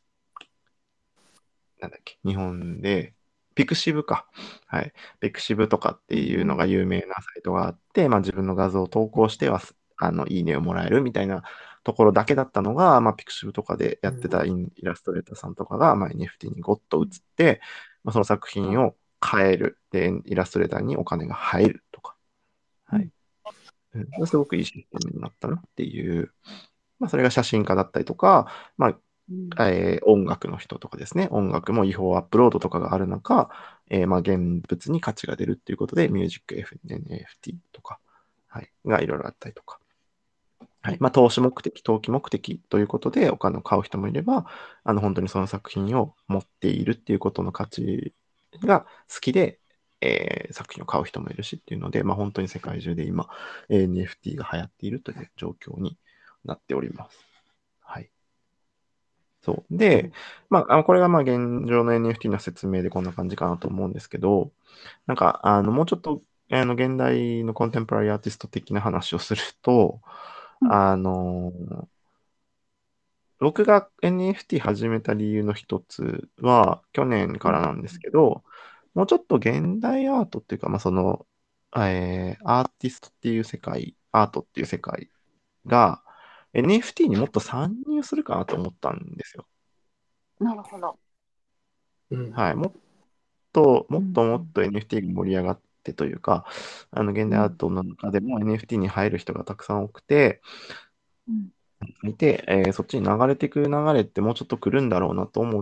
なんだっけ、日本で、ピクシブか。はい。ピクシブとかっていうのが有名なサイトがあって、まあ自分の画像を投稿しては、あの、いいねをもらえるみたいなところだけだったのが、まあピクシブとかでやってたインイラストレーターさんとかが、まあ エヌエフティー にゴッと移って、まあ、その作品を変える。で、イラストレーターにお金が入るとか。はい。うん、すごくいいシステムになったなっていう、まあそれが写真家だったりとか、まあえー音楽の人とかですね、音楽も違法アップロードとかがある中、えーまあ、現物に価値が出るっていうことで、ミュージック エヌエフティー とか、はい、がいろいろあったりとか。はいまあ、投資目的、投機目的ということでお金を買う人もいれば、あの本当にその作品を持っているっていうことの価値が好きで、えー作品を買う人もいるしっていうので、まあ、本当に世界中で今、エヌエフティー が流行っているという状況になっております。はい。そう。で、まあ、あのこれがまあ現状の エヌエフティー の説明でこんな感じかなと思うんですけど、なんか、あの、もうちょっと、あの、現代のコンテンポラリーアーティスト的な話をすると、 うんあの、僕が エヌエフティー 始めた理由の一つは、去年からなんですけど、もうちょっと現代アートっていうか、まあ、その、えーアーティストっていう世界、アートっていう世界が エヌエフティー にもっと参入するかなと思ったんですよ。 なるほど。 うん。 はい。もっと、もうんっともっと エヌエフティー が盛り上がってというか、あの、現代アートの中でも エヌエフティー に入る人がたくさん多くて、 うんいて、えーそっちに流れていく流れってもうちょっと来るんだろうなと思って、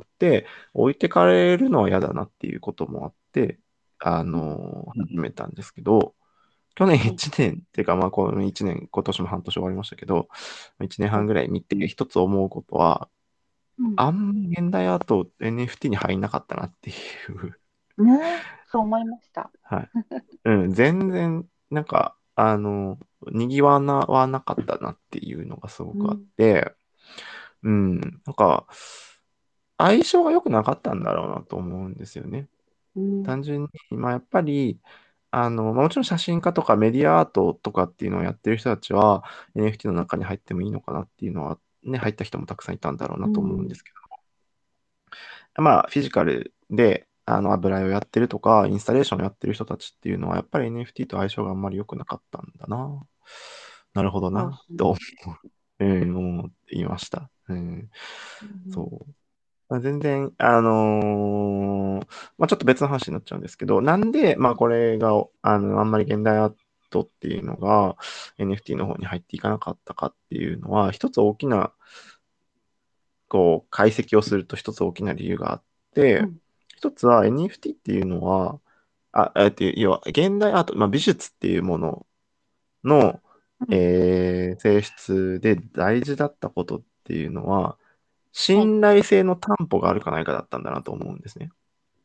置いてかれるのは嫌だなっていうこともあって、あのー始めたんですけど、去年いちねんっていうか、まあ、このいちねん、今年も半年終わりましたけど、いちねんはんぐらい見て、一つ思うことは、 うんあんまり現代アート エヌエフティー に入んなかったなっていうね、そう思いました。 はい。うん、全然、なんか、あの、にぎわなはなかったなっていうのがすごくあって、うん、なんか、相性が良くなかったんだろうなと思うんですよね。 うん単純に、まあ、やっぱり、あの、まあもちろん写真家とかメディアアートとかっていうのをやってる人たちは エヌエフティー の中に入ってもいいのかなっていうのは、ね、入った人もたくさんいたんだろうなと思うんですけど、まあ、フィジカルで、あの、油絵をやってるとか、インスタレーションをやってる人たちっていうのは、やっぱり エヌエフティー と相性があんまり良くなかったんだな。なるほどな、と思う、うん、思っていました。うん、そう。まあ全然、あのーまあ、ちょっと別の話になっちゃうんですけど、なんで、まあ、これが、あの、あんまり現代アートっていうのが エヌエフティー の方に入っていかなかったかっていうのは、一つ大きな、こう、解析をすると一つ大きな理由があって、 うん一つは エヌエフティー っていうのは、あ、えっと、要は、現代アート、まあ、美術っていうものの、 うんえー性質で大事だったことっていうのは、信頼性の担保があるかないかだったんだなと思うんですね。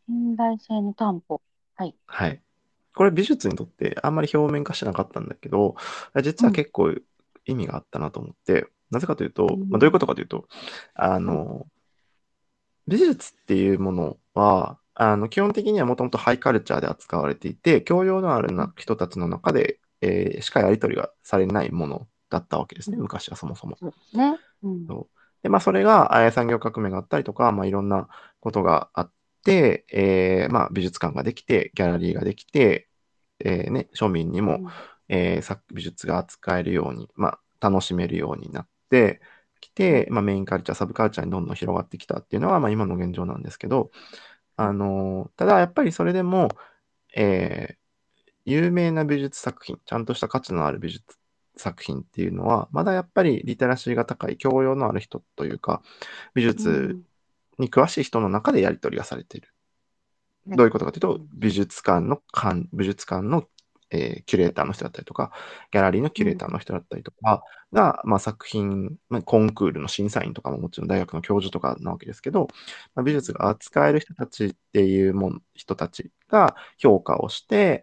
信頼性の担保。はい。 はい。これ美術にとってあんまり表面化してなかったんだけど、実うん。 は結構意味があったなと思って、なぜかといううと、まあ、どういうことん。 かというと、あはい。 の、美術っていうものは、あの基本的にはもともとハイカルチャーで扱われていて、教養のあるうん。 な人たちの中で、えーしかやり取りがされないものだったわけですね、 うん。 昔はそもそも。 そうですね。うん。 そうで、まあ、それが、えー産業革命があったりとか、まあ、いろんなことがあって、えーまあ、美術館ができて、ギャラリーができて、えーね、庶民にも、 うん。 えー作美術が扱えるように、まあ、楽しめるようになってきうて、 ん。 まあ、メインカルチャー、サブカルチャーにどんどん広がってきたっていうのは、まあ、今の現状なんですけど、あのーただやっぱりそれでも、えー有名な美術作品、ちゃんとした価値のある美術作品っていうのは、まだやっぱりリテラシーが高い、教養のある人というか、美う術ん。 に詳しい人の中でやり取りがされている。 ね。 どういうことかというと、 うん。 美術館の館、美術館の、えーキュレーターの人だったりとか、ギャラリーのキュレーうん。 ターの人だったりとかが、まあ、作品、まあ、コンクールの審査員とかももちろん大学の教授とかなわけですけど、まあ、美術が扱える人たちっていうもん人たちが評価をして、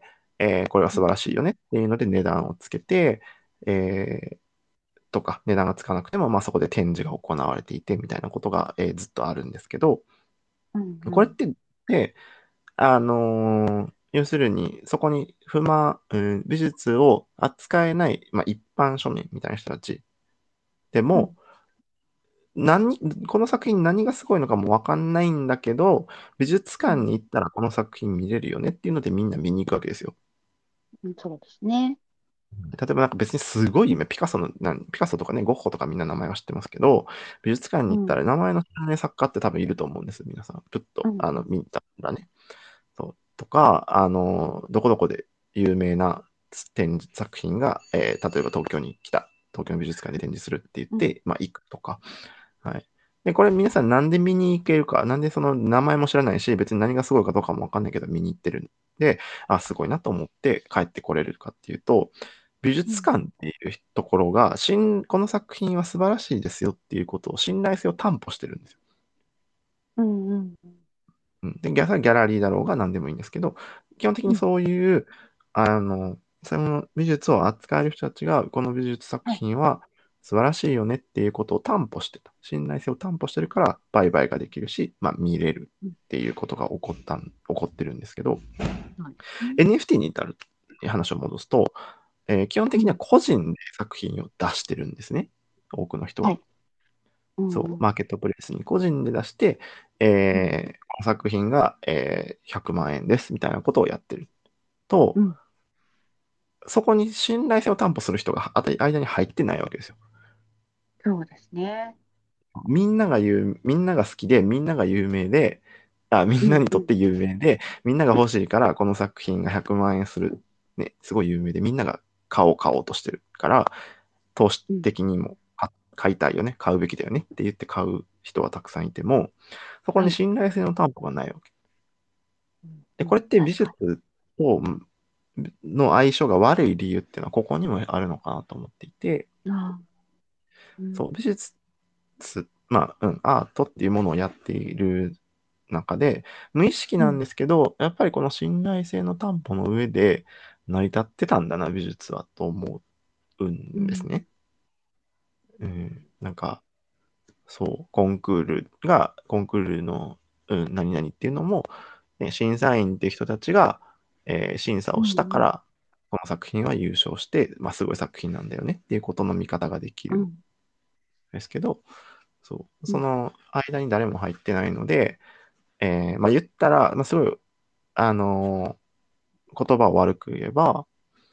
えーこれは素晴らしいよねっていうので値段をつけて、えーとか値段がつかなくても、まあ、そこで展示が行われていてみたいなことが、えーずっとあるんですけど、 うん。うん。 これって、であのー要するに、そこに不満、うん、美術を扱えない、まあ、一般庶民みたいな人たちでうん。 も、何、この作品何がすごいのかもわかんないんだけど、美術うん。 館に行ったらこの作品見れるよねっていうのでみんな見に行くわけですよ。 うん。そうですね。 例えばなんか別にすごい有名、ピカソの、なんピカソとかね、ゴッホとかみんな名前は知ってますけど、美術館に行ったうん。 ら名前の知らない作家って多分いると思うんです、皆さん。ちょっと、 うん。 あの、見たらね。そうとか、あの、どこどこで有名な展示作品が、えー例えば東京に来た、東京の美術館で展示するって言っうん。 て、まあ、行くとか。はい。で、これ皆さんなんで見に行けるか、なんでその名前も知らないし、別に何がすごいかどうかもわかんないけど見に行ってるんで、あ、すごいなと思って帰ってこれるかっていうと、美うん。 術館っていうところが、しんこの作品は素晴らしいですよっていうことを、信頼性を担保してるんですよ。 うん。うん。 うん、で、ギャギャラリーだろうが何でもいいんですけど、基本的うん。 にそういう、あの、その美術を扱える人たちが、この美術作はい。 品は素晴らしいよねっていうことを担保してた。信頼性を担保してるから、売買ができるし、まあ、見れるうん。 っていうことが起こったん、起こってるんですけど、 そうですね。 エヌエフティー に至る話を戻すと、えー基本的にはうん。 個人で作品を出してるんですね。多くの人は。 はい。うそう、 ん。 マーケットプレイスに個人で出して、 うん。 えーこの作品が、えーひゃくまん円ですみたいなことをやってると、 うん。 そこに信頼性を担保する人があた間に入ってないわけですよ。 そうですね。 みんなが言う、みんなが好きで、みんなが有名で、あ、みうん。うん。 んなにとって有名で、みんなが欲しいから、この作品がひゃくまん円する、ね、すごい有名で、みんなが買おう買おうとしてるから、投資うん。 的にもか買いたいよね、買うべきだよねって言って買う人はたくさんいても、そこにはい。 信頼性の担保がないわけ。 うん。 で、 うん。 これって美術確かとの相性が悪い理由っていうのはここにもあるのかなと思っていて、 に。ああ。うそう、 ん。 美術、まあ、うん、アートっていうものをやっている中で、無意識なんうん。 ですけど、やっぱりこの信頼性の担保の上で成り立ってたんだな、美術はと思うんですうん。 ね。うん、なんか、そう、コンクールが、コンクールの、うん、何々っていうのも、ね、審査員っていう人たちが、えー審査をしたかうん。 ら、この作品は優勝して、まあ、すごい作品なんだよねっていうことの見方ができるんうん。 ですけど、そう、 うん。 その間に誰も入ってないので、えーまあ、言ったら、まあ、すごい、あのー言葉を悪く言えば、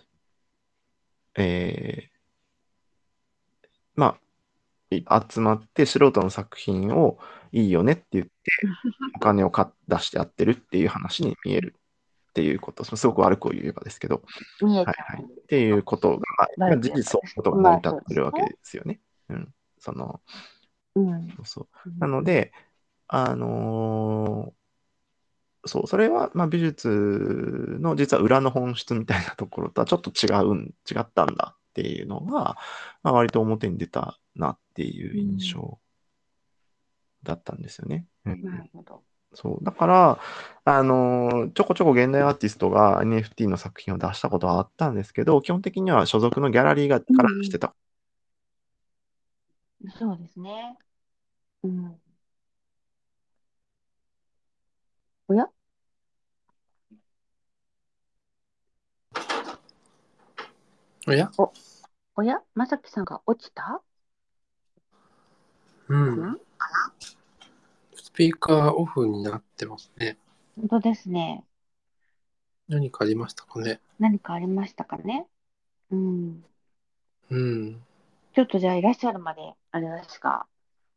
えーまあ、集まって素人の作品をいいよねって言って、お金をか出してやってるっていう話に見えるっていうこと、すごく悪く言えばですけど、 見えちゃはいはい。っう。 ていうことが、まあ、 悪く事実そういう言えばです。 ことが成りまあ、 立ってるわそうですね。 けですよね。うん。その、 うん。 そうそう。 うん。 なので、あのーそう、それは、まあ、美術の実は裏の本質みたいなところとはちょっと違うん、違ったんだっていうのが、まあ、割と表に出たなっていううん。 印象だったんですよね。うん。 なるほど。 そう。だから、あのーちょこちょこ現代アーティストが エヌエフティー の作品を出したことはあったんですけど、基本的には所属のギャラリーがからうんしてた。 うん。そうですね。うん。おやおやお、おやまさきさんが落ちたうん。 かな。 スピーカーオフになってますね。 本当ですね。 何かありましたかね。 何かありましたかね。うん。 うん。 ちょっとじゃあいらっしゃるまで、あれですが、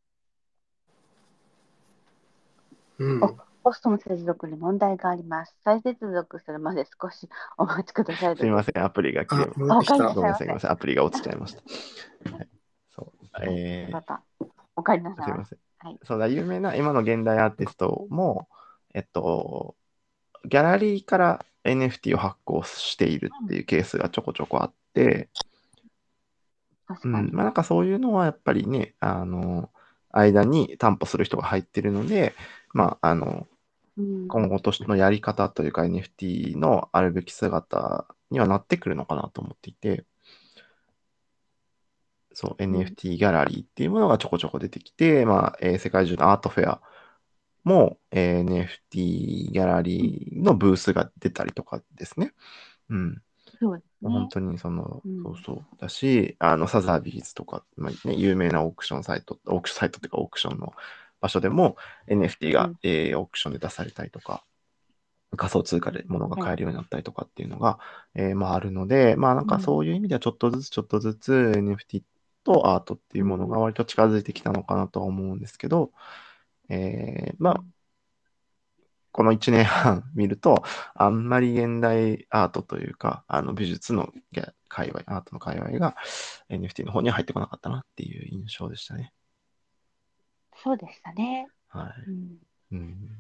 お、 うん。 ポストの接続に問題があります。再接続するまで少しお待ちくださいという。 すみません、アプリが切れあ、 まあ、お帰り戻ってきた。 なさいませ。 ごめんなさい、ごめんなさい、アプリが落ちちゃいました。はい、そう。 はい、よかえった。お帰りなー、 さいませ。 すみません。 はい。 そうだ、有名な今の現代アーティストも、えっと、ギャラリーから エヌエフティー を発行しているっていうケースがちょこちょこあって、うん、 確かに。 まあなんかそういうのはやっぱりね、あの、間に担保する人が入ってるので、まあ、あの、 うん。 今後としてのやり方というか エヌエフティー のあるべき姿にはなってくるのかなと思っていて、そう、 うん。 エヌエフティー ギャラリーっていうものがちょこちょこ出てきて、まあ、えー世界中のアートフェアも、えー エヌエフティー ギャラうん。 リーのブースが出たりとかですね。うん。 そうですね。 本当にその、 うん。 そうそう。だし、あの、サザービーズとか、まあね、有名なオークションサイト、オークションサイトっていうかオークションの場所でも エヌエフティー が、 うん。 えーオークションで出されたりとか、仮想通貨で物がはい。 買えるようになったりとかっていうのが、えーまああるので、まあなんうん。 かそういう意味ではちょっとずつちょっとずつ エヌエフティー とアートっていうものがうん。 割と近づいてきたのかなとは思うんですけど、えーまあうん。 このいちねんはん見ると、あんまり現代アートというか、あの美術の界隈、アートの界隈が エヌエフティー の方には入ってこなかったなっていう印象でしたね。 そうでしたね。 はうん。 い。うん。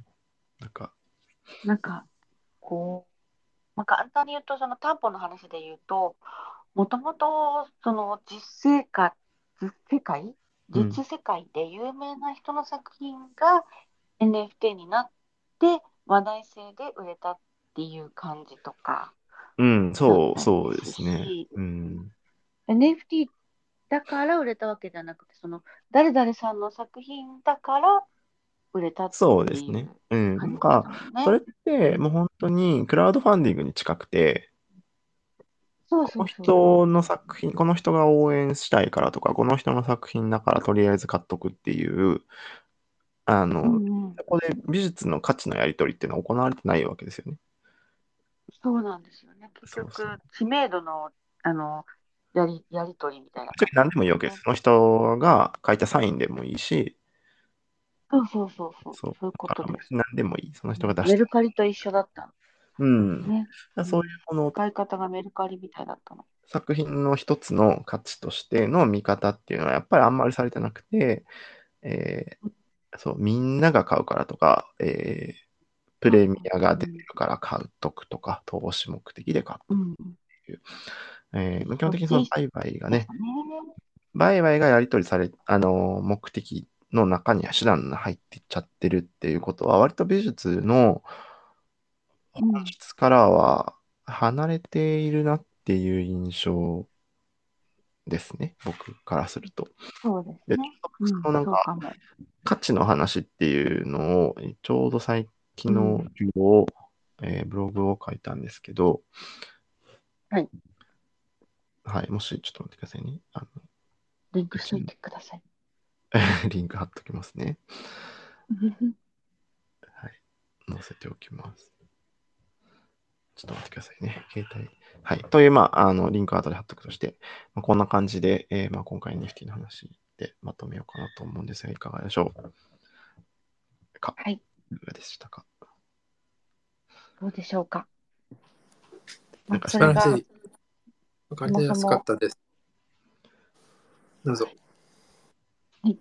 なんか、 なんか、こう、まあ、簡単に言うと、その担保の話で言うと、もともと、その実生活、実世界うん。 実世界で有名な人の作品が エヌエフティー になって話題性で売れたっていう感じとかうん、そう、 だったりそうでですすね。 し、 うん。 エヌエフティー だから売れたわけじゃなくて、その誰々さんの作品だから売れたっそうですね。 ていううん。なんか、 感じでしたもんね。 それってもう本当にクラウドファンディングに近くて、このそうそうそうそう。 人の作品、この人が応援したいからとか、この人の作品だからとりあえず買っとくっていう、あうの、 んうん。 そこで美術の価値のやり取りっていうのは行われてないわけですよね。 そうなんですよね。結そうそう。 局、知名度の、あの、やり、やりとりみたいなぶっちゃけ何感じででもいいわけです。 すよね。 その人が書いたサインでもいいし、 そうそうそうそう。 そう。 そういうだから別ことです。 に何でもいい。そのうんメ人が出したい。 ルカリと一緒だったうん。だかのね。 らそういうん。 うものを使い方がメルカリみたいだったの。 作品の一つの価値としての見方っていうのはやっぱりあんまりされてなくて、えーそう、みんなが買うからとか、えープそうレミアが出てそう。 るから買うとくとか、投資目的で買っとくうん。うん。 っていう。えー基本そっ的にそのち売買がね、 でしたね。 売買がやり取りされ、あのー目的の中には手段が入っていっちゃってるっていうことは、割と美術の本うん。 質からは離れているなっていう印象ですね、僕からすると。 そうですで、ちょね。 うどうん。 そのなんかそうかも。 価値の話っていうのを、えちょうど最近のうん。 ブログを、えーブログを書いたんですけど、 はい。 はい、もしちょっと待ってくださいね。あの、 リンクしというちにてください。 リンク貼っときますね。 うんはい、載せておきます。ちょっと待ってくださいね。携帯。はい。という、まあ、あの、リンク後で貼っとくとして、まあ、こんな感じで、えーまあ、今回 エヌエフティー の話でまとめようかなと思うんですが、いかがでしょうか。 はい。 いかがでしたか。 どうでしょうか。まあ、 なんか、 それが、 素晴らしい。わかそりやすかっもそも、 たです。どうぞ。 はい。はい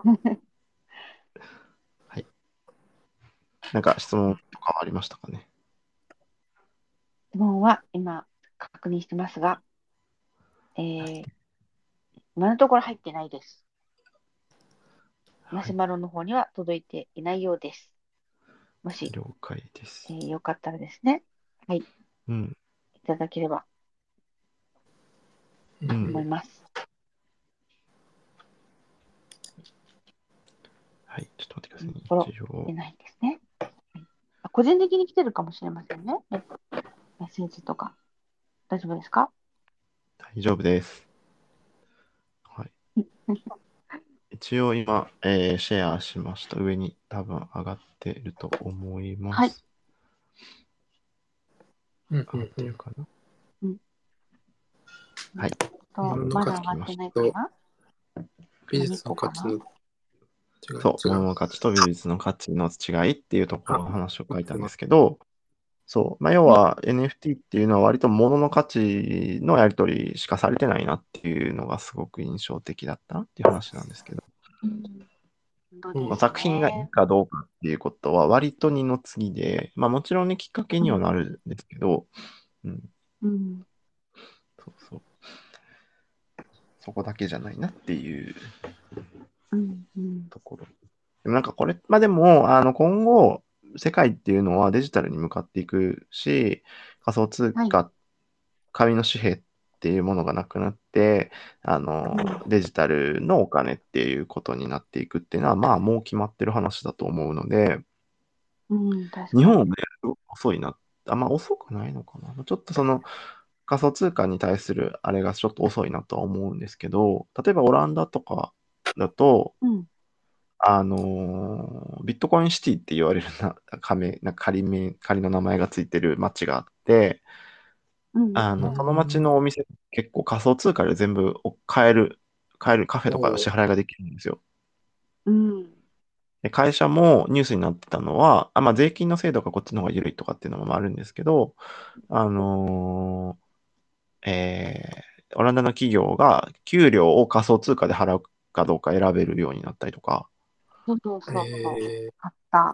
はい。なんか質問とかありましたかね。 質問は今確認してますが、えー、今のところ入ってないです。マはい。 シュマロの方には届いていないようです。 もし、 了解ですえ。ーよかったらですね、はい、 うん。 いただければとうん。 思います。 はい。ちょっと待ってくださいね。 フォロー一応。 してないんですね。はいあ個人的に来てるかもしれませんね。メメッセージとか。大丈夫ですか？ 大丈夫です。はい。一応今、えーシェアしました。上に多分上がってると思いまはい。 す。 うん上がっうんうん。 てるかな。 うんはい。 と、 物のま価値だ上がってないかとな？ 美術何個かな？ の価値の違い、 そう、 違う。 物の価値と美術の価値の違いっていうところのあ、 話を書いたんですいますけど、そう、まあ、要はい。 は エヌエフティー っていうのは割と物の価値のやり取りしかされてないなっていうのがすごく印象的だったなっていう話なんですけど、 うん本当うんまあ、 です作品がいいね。 かどうかっていうことは割と二の次で、まあもちろんね、きっかけにはなるんですけど、うん、 うん。 そうそう。そこだけじゃないなっていううん。うん。 ところ。でもなんかこれ、まあでも、あの今後、世界っていうのはデジタルに向かっていくし、仮想通はい。 貨、紙の紙幣っていうものがなくなって、あうの、 ん。 デジタルのお金っていうことになっていくっていうのは、まあもう決まってる話だと思うので、 うん。確かに。 日本はね、遅いな。あ、まあ遅くないのかな。ちょっとその仮想通貨に対するあれがちょっと遅いなとは思うんですけど、例えばオランダとかだと、 うん。 あのービットコインシティって言われるな、仮名、なんか仮名、仮の名前がついてる街があって、 うん。 あの、 うその街ん。 のお店、結構仮想通貨で全部を買える、買えるカフェとかおー支払いができるんですよ。 うん。 で会社もニュースになってたのは、あ、まあ、税金の制度がこっちの方が緩いとかっていうのもあるんですけど、あのーえーオランダの企業が給料を仮想通貨で払うかどうか選べるようになったりとか、 そうそうそうそう。 えあった。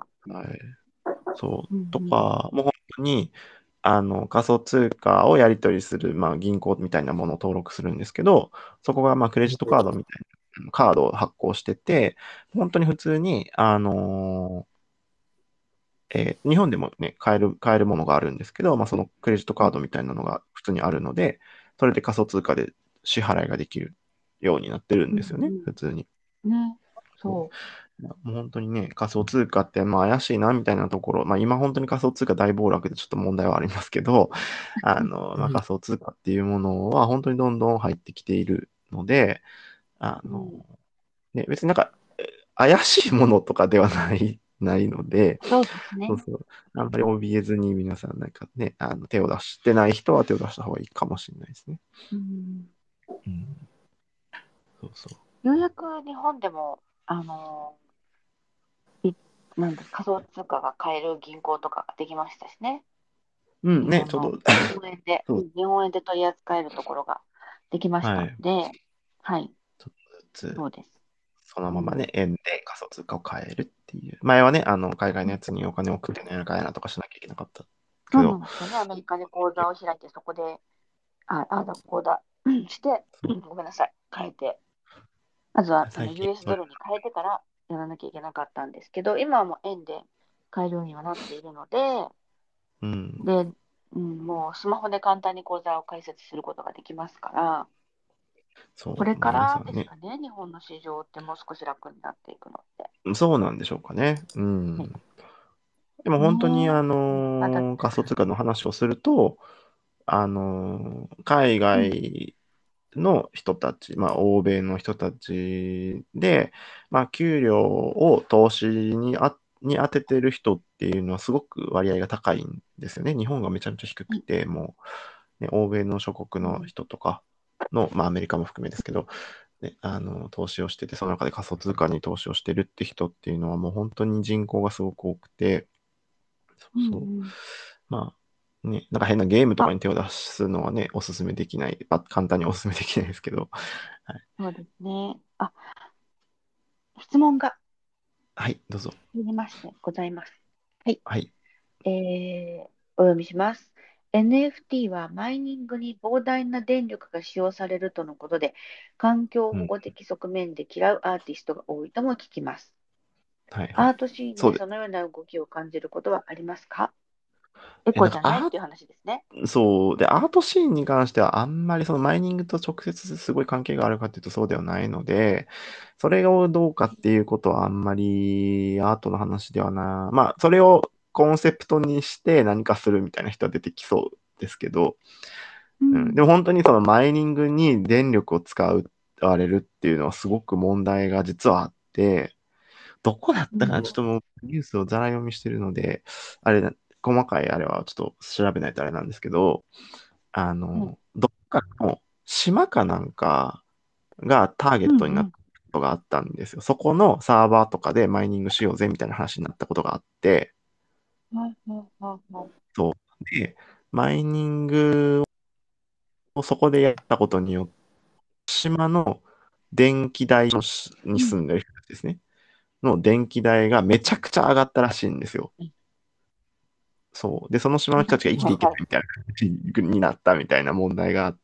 はい、そう、 うん。 とうん。 か、もう本当に、あの、仮想通貨をやり取りする、まあ、銀行みたいなものを登録するんですけど、そこが、まあ、クレジットカードみたいなカードを発行してて、本当に普通に、あのーえー日本でもね、買える、買えるものがあるんですけど、まあ、そのクレジットカードみたいなのが普通にあるので、それで仮想通貨で支払いができるようになってるんうですよね、 ん。 普通に。 うん。ね。 そうそまあもう本当にね、仮想通貨ってまあ怪しいなみたいなところ、まあ今本当に仮想通貨大暴落でちょっと問題はありますけど、あう。 の、まあ、 うん。 仮想通貨っていうものは本当にどんどん入ってきているので、あの、 うん。 ね、別になんかえ怪しいものとかではない、ないので、 そうですね。 そうそう、あんまり怯えずに皆さんなんかね、あの手を出してない人は手を出した方がいいかもしれないですね。 うん。 うん、そうそようやく日本でも、あのー、いなんだ、仮想通貨が買える銀行とかができましたしね。 う。うん、ね、 日本のちょうど、 日本円で、 そう、 うん日本円で取り扱えるところができましはい、 たので、はい、 ちょっとずつそうです。 そのうん。 ままね、円で仮想通貨を変えるっていう。前はね、あの、海外うんのやつにお金を送ってね、買えなとかしなきゃいけなかったけそうなんど、 ですよね。アメリカで口座を開いて、そこで、あ、あだこうだうんして、うんごめんなさい、変えて、まずはあの最近ユーエスそれ、 ドルに変えてからやらなきゃいけなかったんですけど、今はもう円で買えるようにはなっているので、 うん、 で、うん、もうスマホで簡単に口座を開設することができますから、こそう、もう皆れからさんね、 ですかね、日本の市場ってもう少し楽になっていくのって。 そうなんでしょうかね。うはい。 ん。でも本当に、 ねあえ。また、 のー仮想通貨の話をすると、あのー海うん、 外の人たち、まあ、欧米の人たちで、まあ、給料を投資にあ、に当ててる人っていうのはすごく割合が高いんですよね。日本がめちゃめちゃ低はい。 くて、もう、ね、欧米の諸国のうん、 人とかの、まあ、アメリカも含めですけど、ね、あの、投資をしてて、その中で仮想通貨に投資をしてるって人っていうのはもう本当に人口がすごく多くて、 うん、 そうそう。 うん。 まあ、ね、なんか変なゲームとかあ、 に手を出すのはね、おすすめできない、まあ簡単におすすめできないですけど、はい。 そうですね。あ、質問がはい、どうぞ。 ありまして、ございます。はい。 はい。 えー、お読みします。エヌエフティー はマイニングに膨大な電力が使用されるとのことで、環境うん。 保護的側面で嫌うアーティストが多いとも聞きます。 はいはい。 アートシーンそうです。 でそのような動きを感じることはありますか？エえ、なんかアコじゃないっていう話ですね。 ーそう。で、アートシーンに関してはあんまりそのマイニングと直接すごい関係があるかっていうとそうではないので、それをどうかっていうことはあんまりアートの話ではな、まあ、それをコンセプトにして何かするみたいな人は出てきそうですけど、うん、でうん。 も本当にそのマイニングに電力を使う、われるっていうのはすごく問題が実はあって、どこだっうん。 たかな、ちょっともうニュースをざら読みしてるので、あれだ、細かいあれはちょっと調べないとあれなんですけど、あうん。 の、どっかの島かなんかがターゲうん。 ットになったことがあったんですよ。そこのサーバーとかでマイニングしようぜみたいな話になったことがあって、 はいはいはいはい。 そう。で、マイニングをそこでやったことによって、島の電気代のしにうん。 住んでる人たちですね。の電気代がめちゃくちゃ上がったらしいんですよ。 うん。 そう。で、その島の人たちが生きていけはい。 ないみたいな感じになったみたいな問題があって、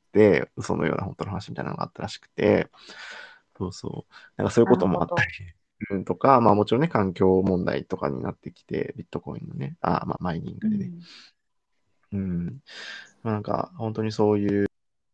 嘘のような本当の話みたいなのがあったらしくて、そうそう。なんかそういうなこともあったりるほど。 するとか、まあもちろんね、環境問題とかになってきて、ビットコインのね、あ、まあマイニングでね。 うん。 うん。まあなんか本当にそういう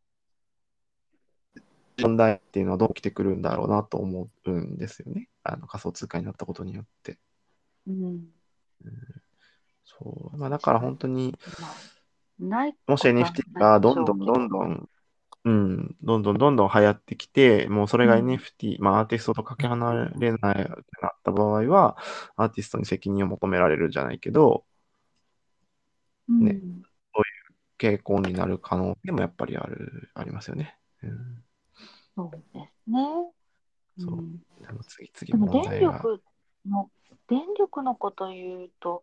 問題っていうのはどう起きてくるんだろうなと思うんですよね。あの仮想通貨になったことによって。 うん。 うん、そう。まあだから確かに。 本当に、 まあ、ないもしことはエヌエフティーないでがどしょうけど。 んどんどんどん、うん、どんどんどんどん流行ってきて、もうそれがうん。 エヌエフティー、まあアーティストとかけ離れないってなった場合は、アーティストに責任を求められるじゃないけど、 うね、 ん。 そういう傾向になる可能性もやっぱりある、ありますよね。うん、 そうですね。うそん。 う。でも次々 でも電問題が。 力の、電力のこと言うと、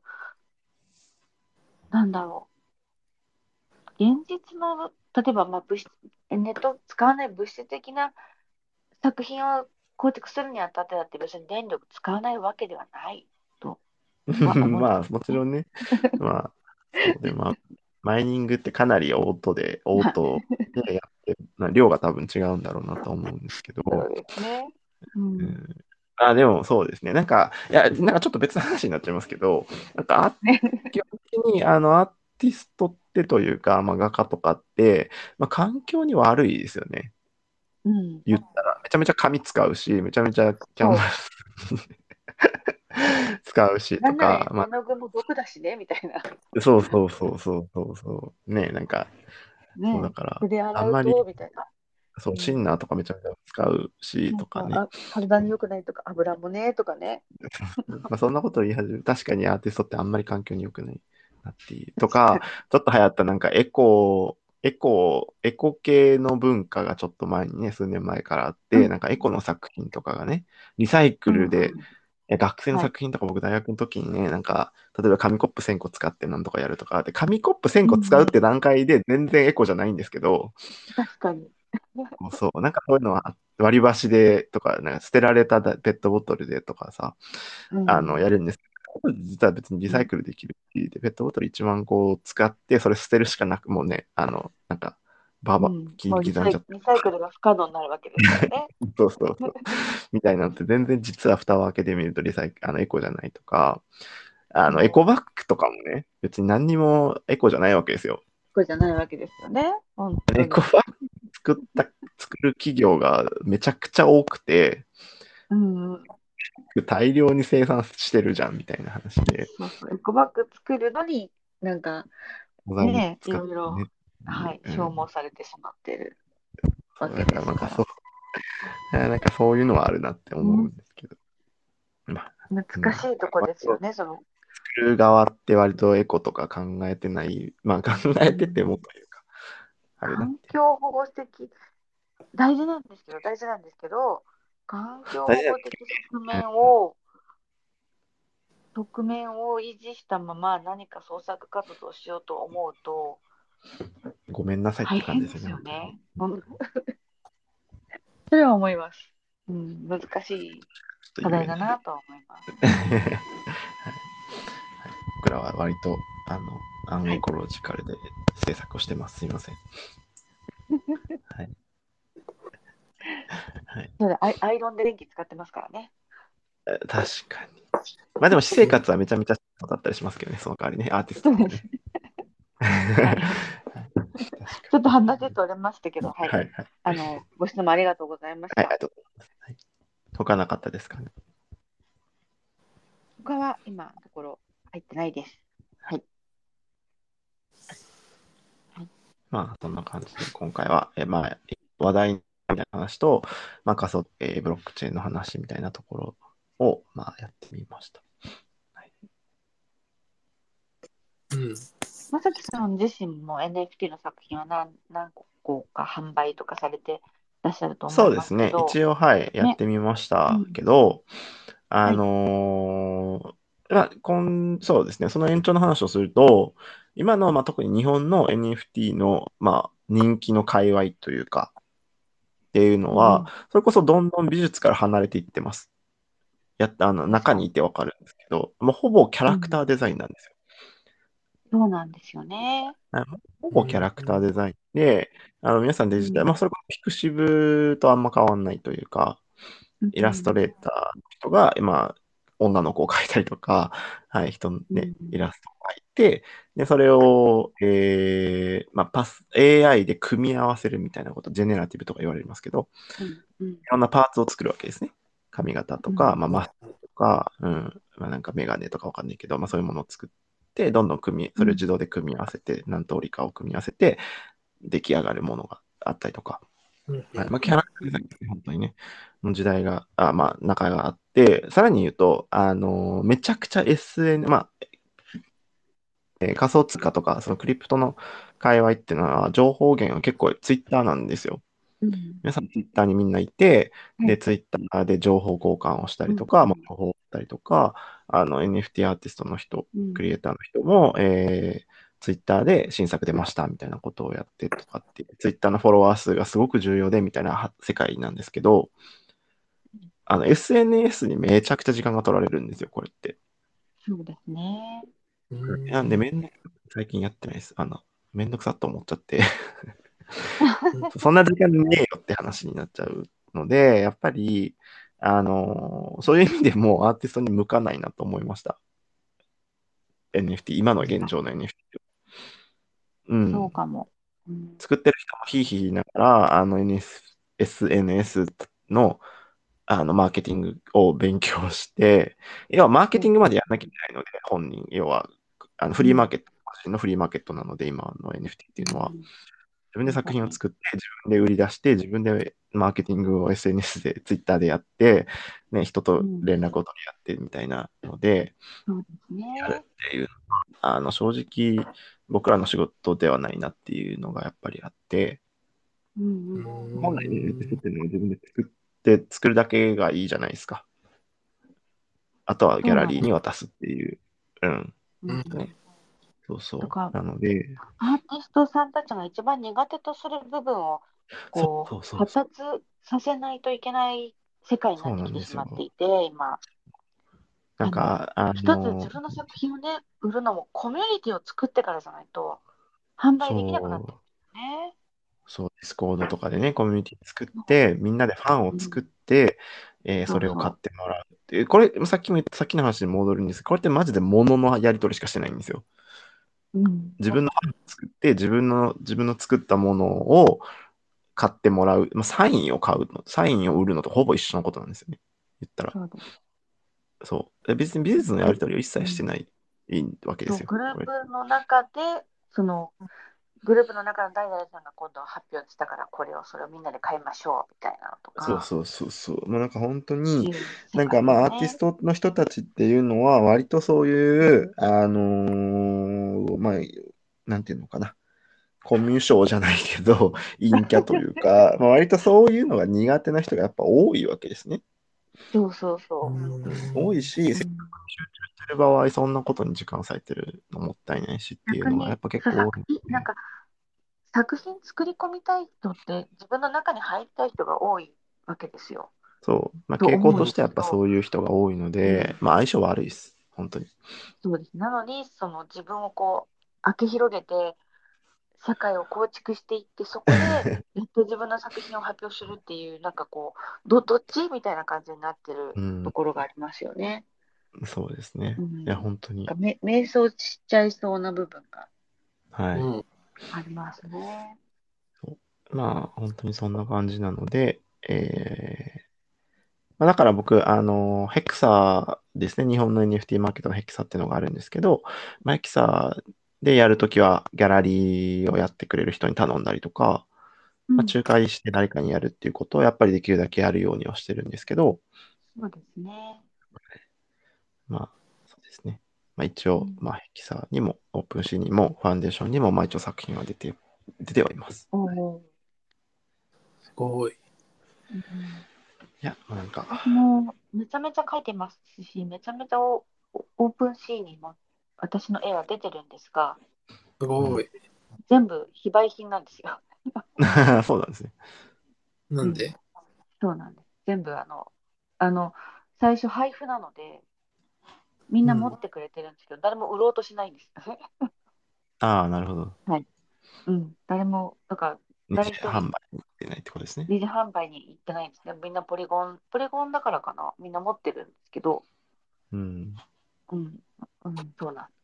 なんだろう。現実の、例えば、まあ、物質、ネットを使わない物質的な作品を構築するにあたってだって別に電力使わないわけではないとは思いままあ、 すね。 もちろんね、まあ、そうで、まあ、マイニングってかなりオートで、オーまあ、 トでやってる、まあ量が多分違うんだろうなと思うんですけど、 そうですね。うん。 うん、あ、でもそうですね。なんか、いや、なんかちょっと別の話になっちゃいますけど、なんか、あね。 基本的に、あの、アーティストってというか、まあ、画家とかって、まあ、環境に悪いですよね。 うん。 言ったら。めちゃめちゃ紙使うし、めちゃめちゃキャンバそス使うしう。なんならとか、ま絵の具も毒だしね、みたいな。 あ、そうそうそうそうそうそう。ね、なんか、そうだね。 から、 手で洗うあんまり、 と、みたいな。 そう、シンうん。 ナーとかめちゃめちゃ使うしなんか、 とかね。 あ、体に良くないとか、油もね、とかね。 まあ、そんなこと言い始め、確かにアーティストってあんまり環境に良くないなっていう。とか、 確かに。 ちょっと流行ったなんかエコ、エコ、エコ系の文化がちょっと前にね、数年前からあって、 うん。 なんかエコの作品とかがね、リサイクうん。 ルで、 うん。 え学生のはい。 作品とか僕大学の時にね、なんか、例えば紙コップせんこ使ってなんとかやるとか、で、紙コップ1000 うん。 個使うっうん。 て段階で全然エコじゃないんですけど、 確かに。 そうそう、なんかそういうのは割り箸でとか、なんか捨てられたペットボトルでとかさ、 うあの、 ん。 やるんですけど、実は別にリうん。 サイクルできるしで、ペットボトルいちまん個使って、それ捨てるしかなく、もうね、あの、なんか、バーバ、 うん。 切もうリサイ、 り刻んじゃった。 リサイクルが不可能になるわけですからね。 そうそうそう。みたいなのって全然実は蓋を開けてみるとリサイクル、あの、エコじゃないとか、あの、エコそう。 バッグとかもね、別に何にもエコじゃないわけですよ。 これじゃないわけですよね。本当に。 エコバッグ作った、作る企業がめちゃくちゃ多くて、 うんうん。 大量に生産してるじゃんみたいな話で、 そうそう。エコバッグ作るのに、なんか、 素材もね、い使ってろいろ、 ね。 はい、 うん、 消耗されてしまってるそう、 わけだからですから。 なんかそう、なんかそういうのはあるなって思ううん、 んですけど。まあ、 難しまあ、 いとこ割とですよね、その。 作る側って割とエコとか考えてない、まあ考うえててもん、 というか、あれだっ環ていう。 境保護的、大事なんですけど、大事なんですけど、環境大事なん保護的側面を、側面を維持したまま何か創作活動をしようと思うと、 ごめんなさいっ大て感じ変でですよね、本当に。 すよね。うん、それは思います。うん、難しいちょっと課言えない。 題だなとは思います。 はい僕らは割と、あの、アンはい。 エコロジカルで制作をしてます。すいません。はい。はい。 そうだ、アイ、アイロンで電気使ってますからね。 確かに。 まあでも私生活はめちゃめちゃだったりしますけどね、その代わりね、アーティストってね。 はいちょっと話取れましたけど、はい。 はいはい。 あの、ご質問ありがとうございましはい、ありた。 がとうございます。はい、他なかったですかね。 他は今のところ入ってないです。はい。 まあ、そんな感じで、今回は、えまあ、話題みたいな話と、まあ、仮想、えーブロックチェーンの話みたいなところを、まあ、やってみました。 うん。 まさきさん自身も エヌエフティー の作品は何、何個か販売とかされてらっしゃると思いまそうですね。 すけど、 一応、はい、やっね。 てみましうたん。 けど、あはい。 のーまあ、こん、そうですね。その延長の話をすると、今の、まあ、特に日本の エヌエフティー の、まあ、人気の界隈というか、っていうのは、 うんうん。 それこそどんどん美術から離れていってます。やった、あの、 確かに。 中にいてわかるんですけど、もうほぼキャうん。 ラクターデザインなんですよ。 そうなんですよね。 あのほぼキャうん。 ラクターデザインで、あの、皆さんデジタル、 うん。 まあ、それこそピクシブとあんま変わんないというか、 うんイラストレーターの人が、まあ、女の子を描いたりとか、はい、人のね、 うんイラストを描いて、で、それを、えー、まあ、パス、エーアイ で組み合わせるみたいなこと、ジェネラティブとか言われますけど、 うんうんいろんなパーツを作るわけですね。髪型とか、 うんまあ、マスクとか、うん、まあ、なんかメガネとかわかんないけど、まあ、そういうものを作って、どんどん組み、それを自動で組み合わせて、何通りかを組み合わせて、出来上がるものがあったりとか、 うん。 はい、まあ、キャラクターデザインですね、本当にね、の時代が、あ、まあ、中があって、さらに言うと、あのーめちゃくちゃ エスエヌ、まあ、えー仮想通貨とか、そのクリプトの界隈っていうのは、情報源は結構ツイッターなんですよ。 うん皆さんツイッターにみんないて、で、 はい。 ツイッターで情報交換をしたうんりとか、まあ、 うん情報を追ったりとか、あの、エヌエフティー アーティストの人、 うんクリエイターの人も、えー、ツイッターで新作出ましたみたいなことをやってとかっていう、ツイッターのフォロワー数がすごく重要でみたいなは世界なんですけど、あの、エスエヌエス にめちゃくちゃ時間が取られるんですよ、これって。 そうですね。 うん。 なんで、めんどく最近やってないです。あの、めんどくさっと思っちゃってそんな時間ねえよって話になっちゃうので、やっぱり、あのそういう意味でもうアーティストに向かないなと思いました。エヌエフティー、今の現状の エヌエフティー。う。 そうんかも。うん。 作ってる人もひいひい言いながら、あの エヌエスエヌエス の、あのマーケティングを勉強して、要はマーケティングまでやらなきゃいけないので、本人、要はあのフリーマーケット、個人のフリーマーケットなので、今の エヌエフティー っていうのは。自分で作品を作って、自分で売り出して、自分でマーケティングを エスエヌエス で、ツイッターでやって、ね、人と連絡を取り合ってみたいなので、 そうですやるね。 っていう、あの、正直、僕らの仕事ではないなっていうのがやっぱりあって、 うんううん本来ね、エヌエフティーん。 っていうのは自分で作って、作るだけがいいじゃないですか。あとはギャラリーに渡すっていう。うん。 うんね。そうそとか、 う。なので、 アーティストさんたちが一番苦手とする部分をそうこうそうそう発達させないといけない世界になそうってきてなんですよ。 しまっていて、今。あの、 なんか、あ一つ自の、 分の作品をね、売るのもコミュニティを作ってからじゃないと販売できなくなってそう、 るんですそう、ディスコードとかでね、コミュニティ作って、みんなでファンをよね。 作って、えーうん、 それを買っそうそてもらうっていう、これ、さっきも言った、さっきの話に戻るんですけど、これってマジで物のやり取りしかしてないんですよ。 う。うん、 自分のファンを作って、自分の、自分の作ったものを買ってもらう、まあ、サインを買うの、サインを売るのとほぼ一緒のことなんですよね。言ったら。 そうです。 そう。で別に美術のやり取りを一うん、 切してない、いいわけでそう、 すよ。 グルーこれ。 プの中で、その、グループの中の誰々さんが今度発表したから、これを、それをみんなで買いましょう、みたいなのとか、 そうそうそうそう。もうなんか本当に、 いう世なんかまあアーティ界ですね。 ストの人たちっていうのは割とそういう、あのーまあ、なんていうのかな。コミュ障じゃないけど、陰キャというか、まあ、割とそういうのが苦手な人がやっぱ多いわけですね。 そうそううそ多いん。 う。 し、 うん、 せっかく集中してる場合、そんなことに時間割いてるのもったいないしっていう逆に、 のがやっぱ結そう、 構多いん作品、なんで。 か、作品作り込みたい人って、自分の中に入りたい人が多いわけですよ。 そう。まあ、 と傾向思うんでとしてはやっぱすけど、 そういう人が多いので、 うん、 まあ相性悪いです。本当に。 そうです。なのに、その自分をこう、開け広げて、社会を構築していって、そこで、やっと自分の作品を発表するっていう、なんかこう、ど、どっちみたいな感じになってるうん。 ところがありますよね。 そうですね。 うんいや、本当に。 なんかめ瞑想しちゃいそうな部分がはい。 うん。 ありますね。 そうまあ、本当にそんな感じなので、えーまあ、だから僕、あの、ヘクサですね、日本の エヌエフティー マーケットのヘクサっていうのがあるんですけど、まあ、ヘクサでやるときは、ギャラリーをやってくれる人に頼んだりとか、まあ、 うん、 仲介して誰かにやるっていうことを、やっぱりできるだけやるようにはしてるんですけど、 そうですね。 まあ、そうですね。まあ、一応、 うん、 まあ、ヘキサにも、オープンシーにも、ファンデーションにも、まあ、一応作品は出て、出てはいます。 おお、 すごい。 うん、 いや、まあ、なんか、 私もめちゃめちゃ描いてますし、めちゃめちゃオオープンシーにも私の絵は出てるんですが、 すごい。 全部非売品なんですよ。 そうなんですね。 なんで？ そうなんです。全部あの、あの、最初配布なので、みんな持ってくれてるんですけど、誰も売ろうとしないんですよね。 ああ、なるほど。 はい。うん。誰も、だから、 二次誰一人、 販売に行ってないってことですね。 二次販売に行ってないんですね。みんなポリゴン、ポリゴンだからかな。みんな持ってるんですけど、 うん。 うん、うん、そうなんです。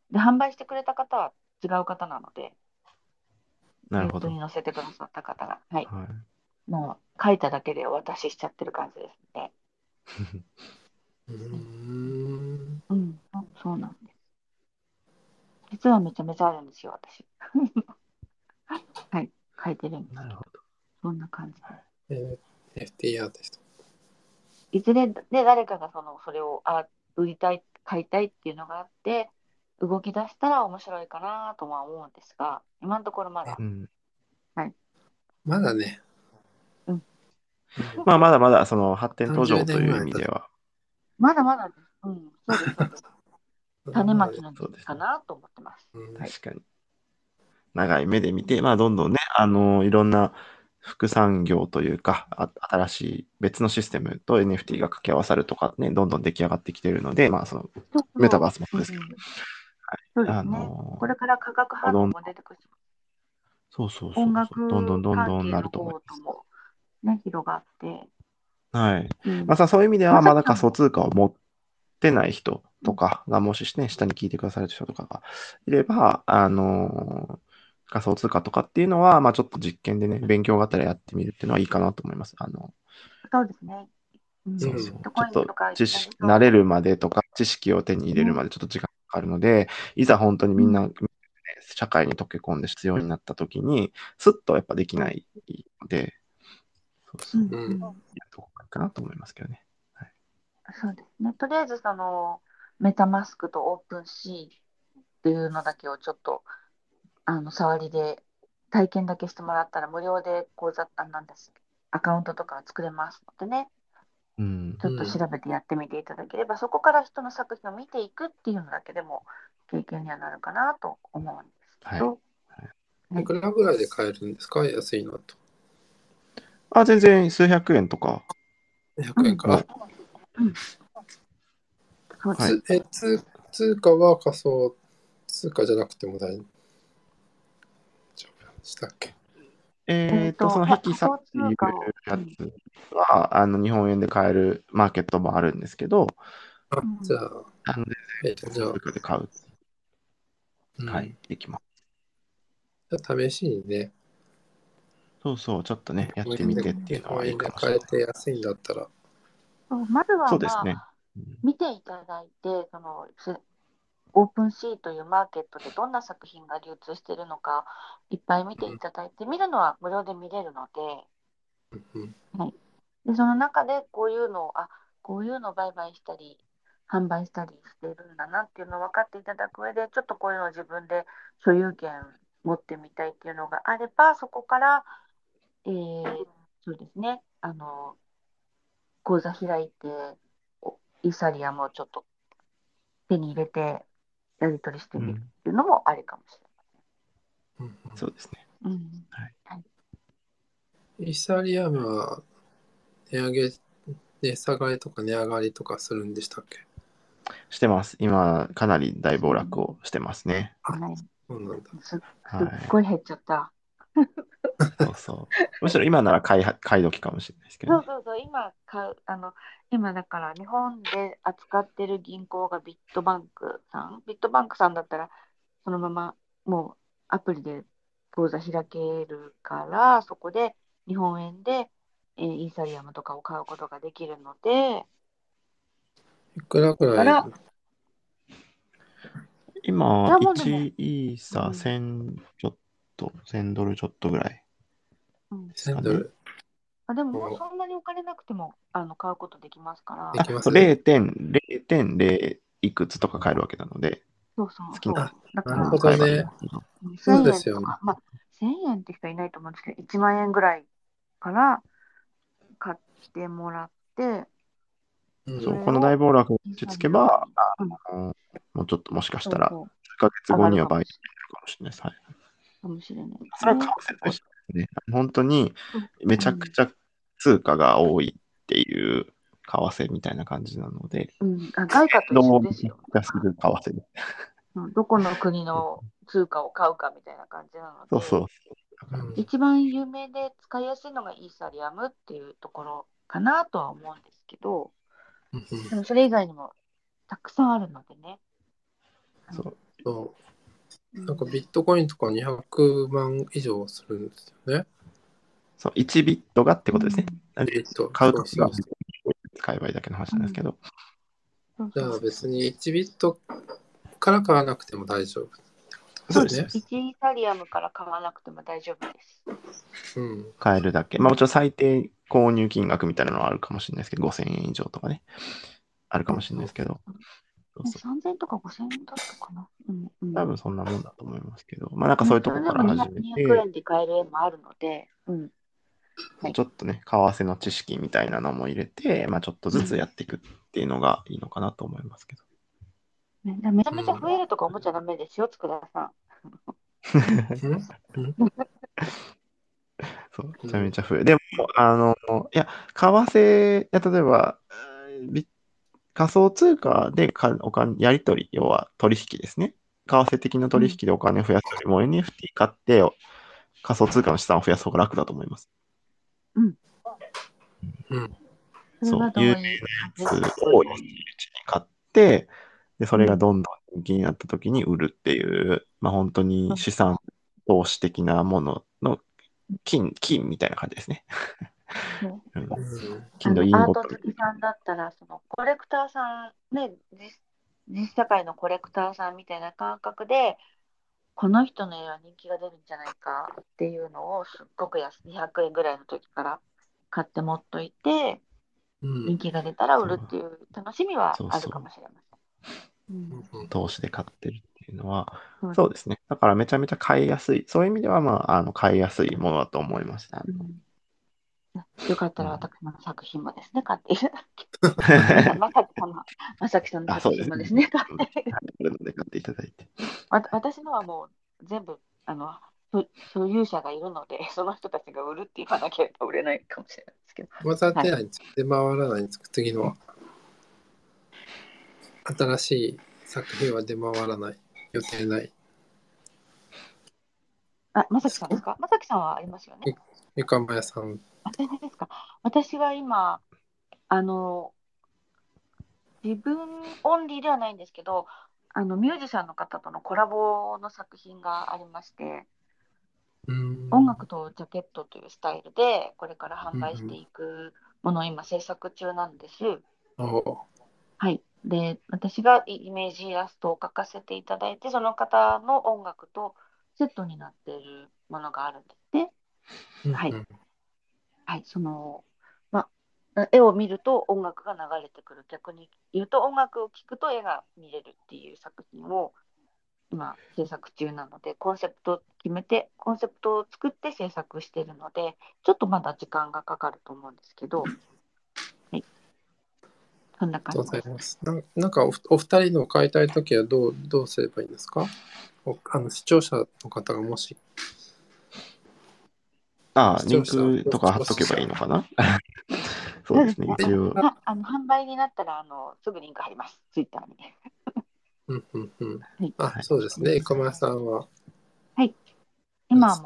で、販売してくれた方は違う方なので、 なるほど。 ネットに載せてくださった方が、はい。 はい。 もう、書いただけでお渡ししちゃってる感じですね。 うーん。 うん、そうなんです。実はめちゃめちゃあるんですよ、私。はい、書いてるんですけど、 なるほど。 そんな感じで。 えー エフティー アーティスト。 いずれで誰かがそのそれをあ売りたい、買いたいっていうのがあって、動き出したら面白いかなとは思うんですが、今のところまだ、 うん。 はい。 まだね。 うん。 うんまあ、まだまだ、その、発展途 30 上という年ぐらい経つ。 意味では、 まだまだです。うん、そうです、そうです。 まだ種まだね。 まきの時そうですね。 期かなと思ってます。 うんはい。 確かに。長い目で見て、まあ、どんどんね、あの、いろんな副産業というか、あ新しい別のシステムと エヌエフティー が掛け合わさるとかね、どんどん出来上がってきているので、まあ、その、 そうメタバーそスもそうう。うですけど、 ん、そうであすね。この、 れから化学反応どんも出てくるし、 そうそうそ音うそう、どんどん楽どんどん関係のなると思います。 方ともね、広がって、 はい。 うん、 まあさ、そういう意味では、まだ仮まさきさんも、 想通貨を持ってない人うん、 とかが、もしね、下に聞いてくださる人とかがいれば、あのー仮想通貨とかっていうのは、まあちょっと実験でね、勉強がてらやってみるっていうのはいいかなと思います。あの、 そうですね。うん、 うん。 そうそう。 ビットコインちょっととかいきなり知識、慣れそるまでとか、知識を手に入う、ね、 れるまでちょっと時間かかるので、いざ本当にうん、 みんな、ね社会に溶け込んで必要になった時に、スッとやっぱできないので、そうそう。 うん、 うん。 うん、 やっとこうかなと思いますけどね。はい。 そうですね。とりあえず、その、メタマスクとオープンシーっていうのだけをちょっと、あの、触りで、体験だけしてもらったら無料で講座、あ、なんです、アカウントとか作れますのでね、 うん。 ちょっとうん。 調べてやってみていただければ、そこから人の作品を見ていくっていうのだけでも経験にはなるかなと思うんですけはい。 ど、はい、 いくらぐらいで買えるんですか？安いのと。 あ、全然数百円とかうひゃくえんん、 か。あ、 も、 うん、そうです。 はい。 つえ通通貨は仮想通貨じゃなくても大丈夫でしたっけ？ えっと、そえっと、いや、 のヘキサっ仮想ていう通貨を、うやん、 つは、あの、日本円で買えるマーケットもあるんですけど、 あ、 うん、 じゃあ、 あの、で、 えっと、じゃあ、 通貨で買う。はい、 うん。 できます。 じゃあ試しにね、 そうそう、ちょっとね、やっ日本円で、 てみてって日いうのはいい本円でかもしれない。 買えて安いんだったら、 そうまずはまあ、 そうですね。うん、 見ていただいて、その、すオープンシーというマーケットでどんな作品が流通しているのか、いっぱい見ていただいて、見るのは無料で見れるので、 うん、 はい。で、その中でこういうのを、あ、こういうのを売買したり、販売したりしているんだなっていうのを分かっていただく上で、ちょっとこういうのを自分で所有権持ってみたいっていうのがあれば、そこから、えー、そうですね、あの、口座開いて、おイーサリアムをちょっと手に入れて、やり取りしてみるうん、 っていうのもありかもしうん。 そうですね。 れない。うん。 はい。 はい。 イーサリアムは値上げ、値下がりとか値上がりとかするんでしたっけ？ してます。今、かなり大暴落をしてますね。 あ、 はい。 そうなんだ。 す、すっはい。 ごい減っちゃった。 そうそう。むしろ今なら買いは買い時かもしれないですけどね。 そうそうそう、今買う、あの、今だから日本で扱ってる銀行がビットバンクさん。ビットバンクさんだったら、そのままもうアプリで口座開けるから、そこで日本円で、えーイーサリアムとかを買うことができるので、 いくらぐらい？ から、い今、 やもうでも、 いちイーサうん、 せんちょっと、せんドルちょっとぐらいうん。 ですかね。 せんドルあ、でももうもそんなにお金なくても、あの、買うことできますかでら、 あ、そう、 きます？ れいてんれいてんれいいくつとか買えるわけなので、 そうそう好きなあ、 そう。だかなるら、 ほどね。 買えばいいんですけど。 そう 1000 ですよね。 円とか、まあ、せんえんって人いないと思うんですけど、いちまん円ぐらいから買ってもらって、 うん。 そう、この大それを暴落に落ちイーサ着けば、 リアムに、うん、 あのもうちょっともしかしたら、 そうそう、 数ヶ月上後には倍にながるかもしるかもしれないです。はい。 かもしれないですそれは為ね。 替と一緒ですね。本当にそうめうんちゃくちゃ通貨が多いっていう為替みたいな感じなので、 うん、あ、外貨と一どう緒ですよ。 がする為替です。 うん、どこの国の通貨を買うかみたいな感じなので、 そうそうそう。だからうん。 一番有名で使いやすいのがイーサリアムっていうところかなとは思うんですけど、 うんでもそれ以外にもたくさんあるのでね。はい。 そうそう。なんかうんビットコインとかにひゃくまん以上するんですよね。 そう、いちビットがってうことですね。 んなんでビット。 買うときはそうそうそう。 買えばいいだけの話うんなんですけど、 そうだからそう。 別にいちビットから買わなくても大丈夫そうです。 そうです。そうでですね。 いちイーサリアムから買わなくても大丈夫です。 うん。 買えるだけ。まあもちろん最低購入金額みたいなのはあるかもしれないですけど、ごせんえん以上とかね、あるかもしれないですけど、そうね、 そう。 さんぜんえんとかごせんえんだったかな。うんうん。 多分そんなもんだと思いますけど、まあなんかそういね、 うとこそれでもから始めにひゃくえて、 んで買える円もあるので、うん。はい。 ちょっとね、為替の知識みたいなのも入れて、まあちょっとずつやっていくっていうのがいいのかなと思いますけど。 ね、だからめちゃめちゃうん。 増えるとか思っちゃダメですよ、つくださうん。 そう、めちゃめうん。 ちゃ増える。でも、あの、いや、為替、や例えば、うんビ仮想通貨でかお金やり取り、要は取引ですね。為替的なん。う取引ん。 でお金を増やすよりも エヌエフティー 買って仮想通貨の資産を増やす方が楽だと思います。 うん。 うん。 それそう、 は同意有名です。 なやつを安いうちに買ってって、で、それがうん。 どんどん人気になった時に売るっていう、まあ本当に資産投資的なものの金、金みたいな感じですね。 ね、 うん、 うん。 あの、 金のインアーゴットみたいト好きさんだったら、そのコレクターさん、ね、実、実社会のコレクターさんみたいな感覚で、この人の絵は人気が出るんじゃないかっていうのをすっごく安い、にひゃくえんぐらいの時から買って持っといて、 うん人気が出たら売るっそうていう楽しみはあるかもそうそう。 しれません。うん。 うん投資で買ってるっていうのは、 そうです。 そうですね。だからめちゃめちゃ買いやすい。そういう意味では、まあ、あの、買いやすいものだと思います。あのうん。よかったらうん、 私の作品もですね、買っていただき。まさ、まさきさんの、まさきさんのあ、そ作うですね。 品もですね、買ってあるので買っていただいて。 わた私のはもう全部、あの、所所有者がいるので、その人たちが売るって言わなければ売れないかもしれないですけど。 またはい。 出ないんですか？出回らないんですか？次の新しい作品は出回らない。予定ないあ、まですか？ さきさんですか？まさきさんはありますよね。 みみかんまやさん。 あ、全然ですか。私は今、あの、自分オンリーではないんですけど、あの、ミュージシャンの方とのコラボの作品がありまして、 うーん。 音楽とジャケットというスタイルで、これから販売してうんうん。 いくものを今制作中なんです。 おう。 はい。で、私がイメージイラストを描かせていただいて、その方の音楽とセットになっているものがあるんですね。はい。 うんうん。 はい。その、まあ、絵を見ると音楽が流れてくる。逆に言うと音楽を聴くと絵が見れるっていう作品を今制作中なので、コンセプトを決めて、コンセプトを作って制作しているので、ちょっとまだ時間がかかると思うんですけど、はい。そんなありがとう感じです。 ございます。なんなんかおお二人の買いたいときはどう、どうすればいいんですか？おあの視聴者の方がもし、 ああ、リン視聴者、 クとか貼っとけばいいのかなそうですね。 そうですね。あの、 一応、 は、あの販売になったら、あの、すぐリンク貼ります。ツイッターに。 うんうんうん。 はい。 あ、 はい。 そうですね。生駒さんは、 はい。今はも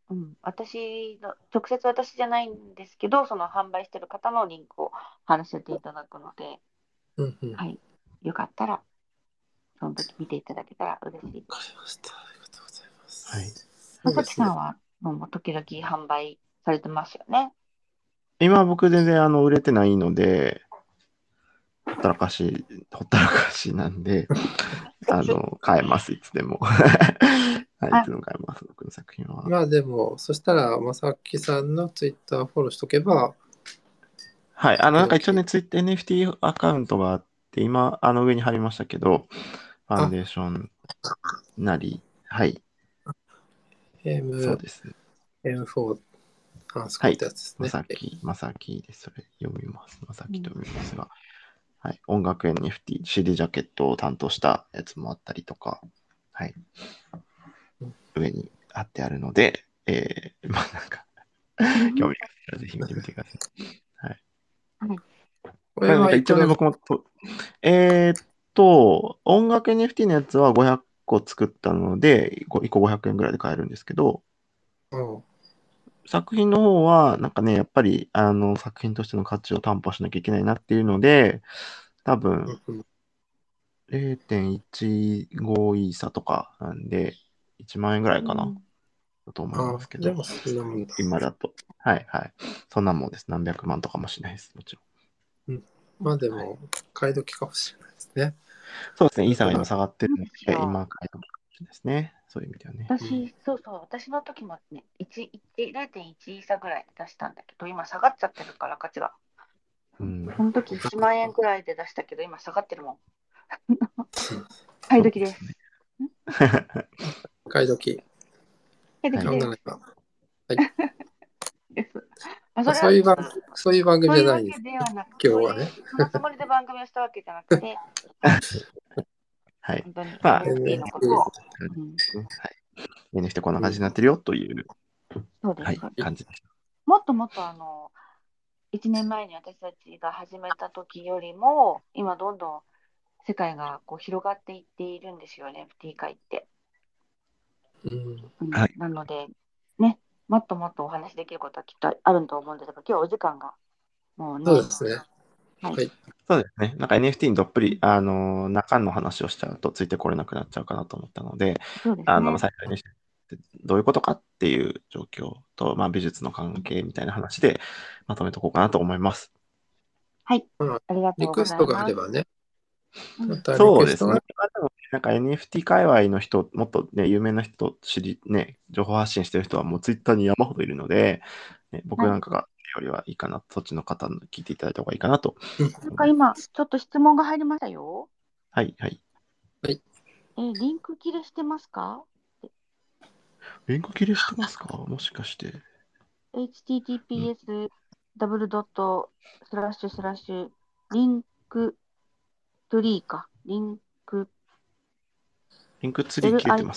うん、私の、直接私じゃないんですけど、その販売してる方のリンクを貼らせていただくので、 うんうん。わはい。よかったら、その時見ていただけたら嬉しいです。 かりました。ありがとうございます。 はい。 まさそうですね。 きさんは、もう時々販売されてますよね。 今は僕全然あの売れてないので、ほったらかし、ほったらかしなんで、あの、買えます、いつでも。はい、いあ、 つでも買えます、僕の作品は。 まあでも、そしたら、まさきさんのツイッターフォローしとけば、 はい、あの、なんか一応時々。 ね、ツイッター エヌエフティー アカウントがあって、今、あの上に貼りましたけど、ファンあ、 デーションなり、はい、そうエム、 ですね。 エムフォー、あそこってはい、 やつですね。 まさき、まさきです。それ読みます。まさうん、 きと読みますが、はい、音楽 エヌエフティー、シーディー ジャケットを担当したやつもあったりとか、はい、上に貼ってあるので、えー、まあなんか、興味があったらぜひ見てみてください。はい。 はい。 これまあ、なんか一応ね、 はいくらぐ僕もと、えーっと、音楽 エヌエフティー のやつはごひゃっこ作ったので、いっこいっこごひゃくえんぐらいで買えるんですけど、 らい、うん、 作品の方は、なんかね、やっぱり、あの、作品としての価値を担保しなきゃいけないなっていうので、多分、 うんうん。 れいてんいちごイーサとかなんで、いちまん円ぐらいかな、 うんだと思いまあすけど、 でもそんなもんだ。 今だと。はいはい。そんなもんです。何百万とかもしないです、もちろうん、まあでん。はい、 も、買い時かもしれないですね。 そうですね、イーサが今なんとなく。 下がってるのそうですで、 よ。 今買い時かもしれないですね。そういう意味ではね。 うん、 私、そうそう、私の時もね、いち、いちれいてんいち差ぐらいで出したんだけど、今下がっちゃってるから価値が。 うん。 その時いちまん円くらいで出したけど、今下がってるもん。買いそう時です。 ですね。 ん買い時。 はい。 買い時です。 買うならば。はい。 です。まあ、 まあ、 それは、 そういう番、そういう番組そういうわじゃないんです。 けではなく、 今日はね。 そういう、そのつもりで番組をしたわけじゃなくて、はい、 はい。 本当にまあ、 エヌエフティー のことエヌエフティー。 を、うん、 はい。エヌエフティー こんなうん。 感じになってるよという、 そうです、 はい、 そうです。 感じでした。 もっともっとあの、いちねんまえに私たちが始めた時よりも、今どんどん世界がこう広がっていっているんですよね、エヌエフティー 界って。 うん。 うん、 はい。 なので、ね、もっともっとお話しできることはきっとあると思うんですが、今日お時間がもうね、 そうですね。 はい、 はい。 そうですね。なんか エヌエフティー にどっぷり、あの、中の話をしちゃうとついてこれなくなっちゃうかなと思ったので、 そうですあの、まあね。 最初にどういうことかっていう状況と、まあ、美術の関係みたいな話でまとめとこうかなと思います。 はい、 まあ、 ありがとうごリクエストざいます。 があればね。 うん、 またリクそうですね。 エストが、 まあでもなんか エヌエフティー 界隈の人、もっとね、有名な人知り、ね、情報発信してる人はもうツイッターに山ほどいるので、ね、僕はい。 なんかがよりはいいかな、そっちの方に聞いていただいた方がいいかなとうん。 思いまなんか今、 す。 ちょっと質問が入りましたよ。 はい、はい。 はい。 えーリンク切れしてますか？ リンク切れしてますかもしかして。うん、 エイチティーティーピーエス ダブルドットスラッシュスラッシュリンクトリーか。リンク、 リンクツリー切れてます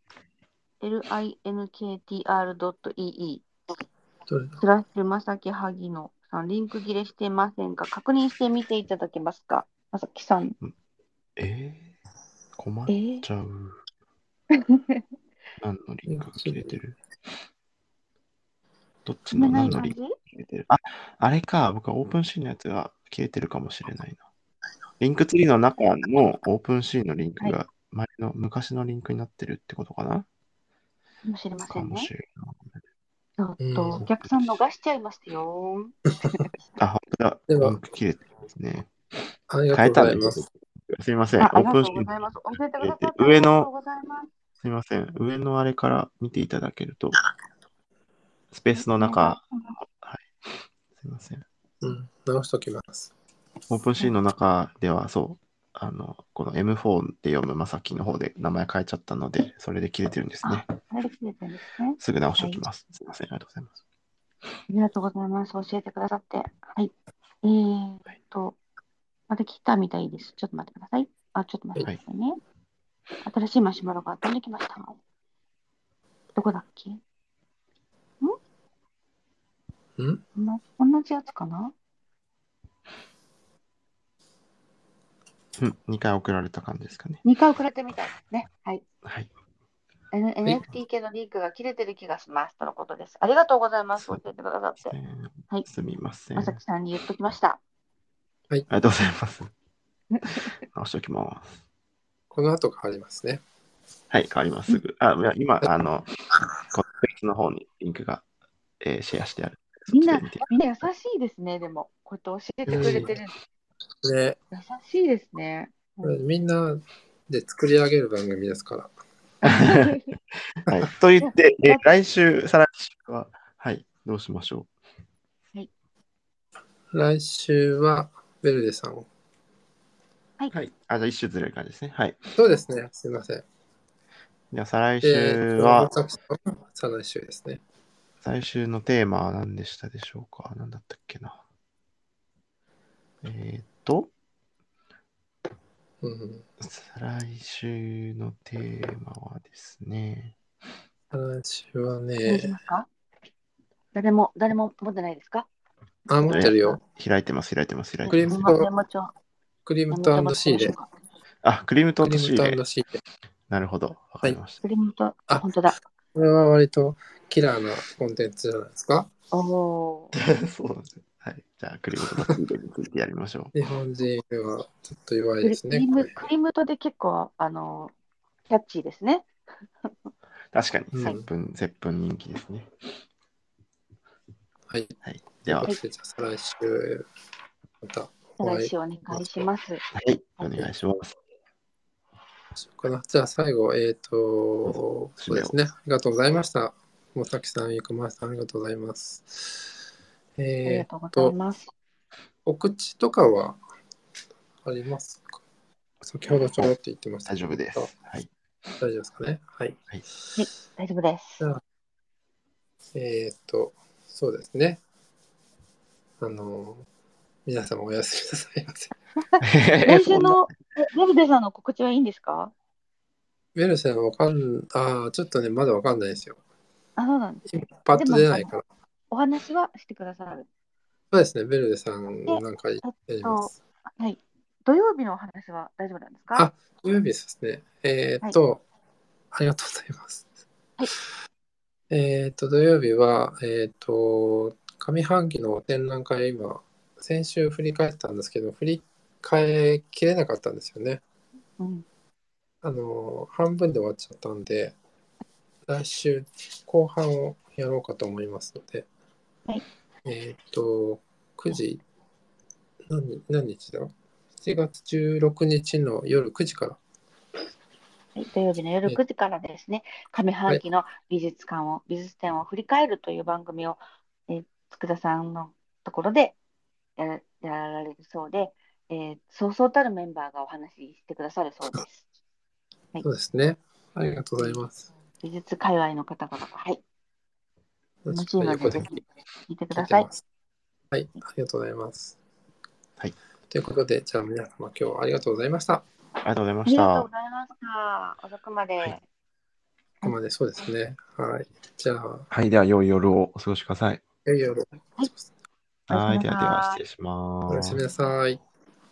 LIN、linktr.ee どれだ。 スラッシュまさきはぎのさん、リンク切れしてませんか？確認してみていただけますか？まさきさん。 えー、困っえー、 ちゃう。何のリンクが切れてるどっち踏めの何のリンクない感じ？ が切れてるあ、あれか。僕はオープンシーのやつが切れてるかもしれないな。リンクツリーの中のオープンシーのリンクはい。 が前の昔のリンクになってるってことかなかもしれませんね。 かもしれない。 ちょっうと、おん。 客さん逃しちゃいますよ。 あ、本当だ。 では、 リンク切れてますね。 ありがとうご変えたんですよ。 ざいます。 すいません。 あ、ありがとオープンシーのうございます。教えてく切れてる。 ださってあり上の、 がとうございます。 すいません。上のあれから見ていただけると、スペースのお願いし中、 ます。 はい。すいません。 うん。直しときます。 オープンシーはい。 の中では、そう、あの、この エムフォー で読むまさきの方で名前変えちゃったので、それで切れてるんですね。 あ、あれで切れてるんですね。 すぐ直してはい。 おきます。すいません。ありがとうございます。 ありがとうございます。教えてくださって。はい。えーっはい。 と、また来たみたいです。ちょっと待ってください。あ、ちょっと待っはい。 てくださいね。新しいマシュマロが飛んできました。どこだっけ？んうんな同じやつかな？ うん。にかい送られた感じですかね。 にかい送られてみたいですね。はい。 はい。 N- エヌエフティー 系のリンクが切れてる気がしますとのことです。ありがとうございます。教そうえてくださって。 ですね。 はい。 すみません。 まさきさんに言っときました。 ありがとうございます。直しておきます。 この後変わりますね。 はい、変わります。すぐ。あ、いや今、あの、このページの方にリンクが、えーシェアしてある。 みんなそっちで見て、 みんな優しいですね、でも。こうやって教えてくれてる。 ね、 優しいですね。 これみんなで作り上げる番組ですから。 はい。と言って、えー来週、再来週は、はい、どうしましょ来週はベルデさん。 う。はい。あ、じゃあ一週ずれる感じですね。はい。 そうですね。すいません。 じゃあ再来で、 週は、 さきさんは再来週ですね。 最終のテーマは何でしたでしょうか？何だったっけな。えーっと、 うん。 再来週のテーマはですね、 再来週はお願いしね、 ますか？誰も、誰も持ってないですか？ あ、持ってるよ。 開いてます、開いてます、開いクリームてます。 メモ帳。 クリームメモ帳持とってま C で。 しょうか？ あ、クリームトクリーートシーレ。 ムと C で。 なるほど、わかりました。 クリームと、 あ本当だ。 これは割とキラーなコンテンツじゃないですか。 おー。 そうなんですね。はい。じゃあ、クリームトートシーレについてやりましょう。 日本人はちょっと弱いクですね。 リクリーム、 これクリームとで結構、あの、キャッチーですね。 確かに、 うん接吻、接吻人気ですね。 はい。 はい。では、 ということでじゃあ再来週、またお会い来週お願いします。 はい、お願いします。 しようかな。じゃあ最後、えっ、と、そうですね。ありがとうございました。もさきさん、ゆくまさん、ありがとうございます。 ありえっ、 がとうございと、 ます。 お口とかはありますか？先ほどちょろって言ってました大丈夫です。はい。 大丈夫ですかね。はい。 はい、大丈夫ですじ。ゃあ、えっ、と、そうですね。あの、皆様おやすみなさいませ。 来週のえベルデさんの告知はいいんですか？ ベルセンわかん、ああ、ちょっとね、まだわかんないですよ。 あ、そうなんですね。 パッと出ないから。 お話はしてくださる。 そうですね、ベルデさんなんかやえっと、 ります。 はい。土曜日のお話は大丈夫なんですか？ あ、土曜日ですね。えーっと、ありがとうございます。 はいえーっと、土曜日は、えーっと、上半期の展覧会、今、先週振り返ったんですけど、振り返りきれなかったんですよね。 うん。 あの、半分で終わっちゃったんで、来週後半をやろうかと思いますので、 はいえーっと、くじ、何、何日だ ?しち 月じゅうろくにちの夜くじから。 はい、土曜日の夜くじからですね、上半期の美術館を、美術展を振り返るという番組を、えー、佃さんのところでやら、やられるそうで、えーそうそうたるメンバーがお話ししてくださるそうです。はいそうですね。ありがとうございます。 美術界隈の方々が、はい、楽しいの横ででぜひ聞いてく聞いださい。 てます。はい、ありがとうございます。 はい。 ということで、じゃあ皆様今日はありがとうございました。 ありがとうございまありしたがとうご。ざいました。遅くまで。 はいここまでそうですね。はい。じゃあ、 はい。では、良い夜をお過ごしください。 良い夜。 はいはい。ではでは、 おやすみなさい失礼しおやすみなます。 さい。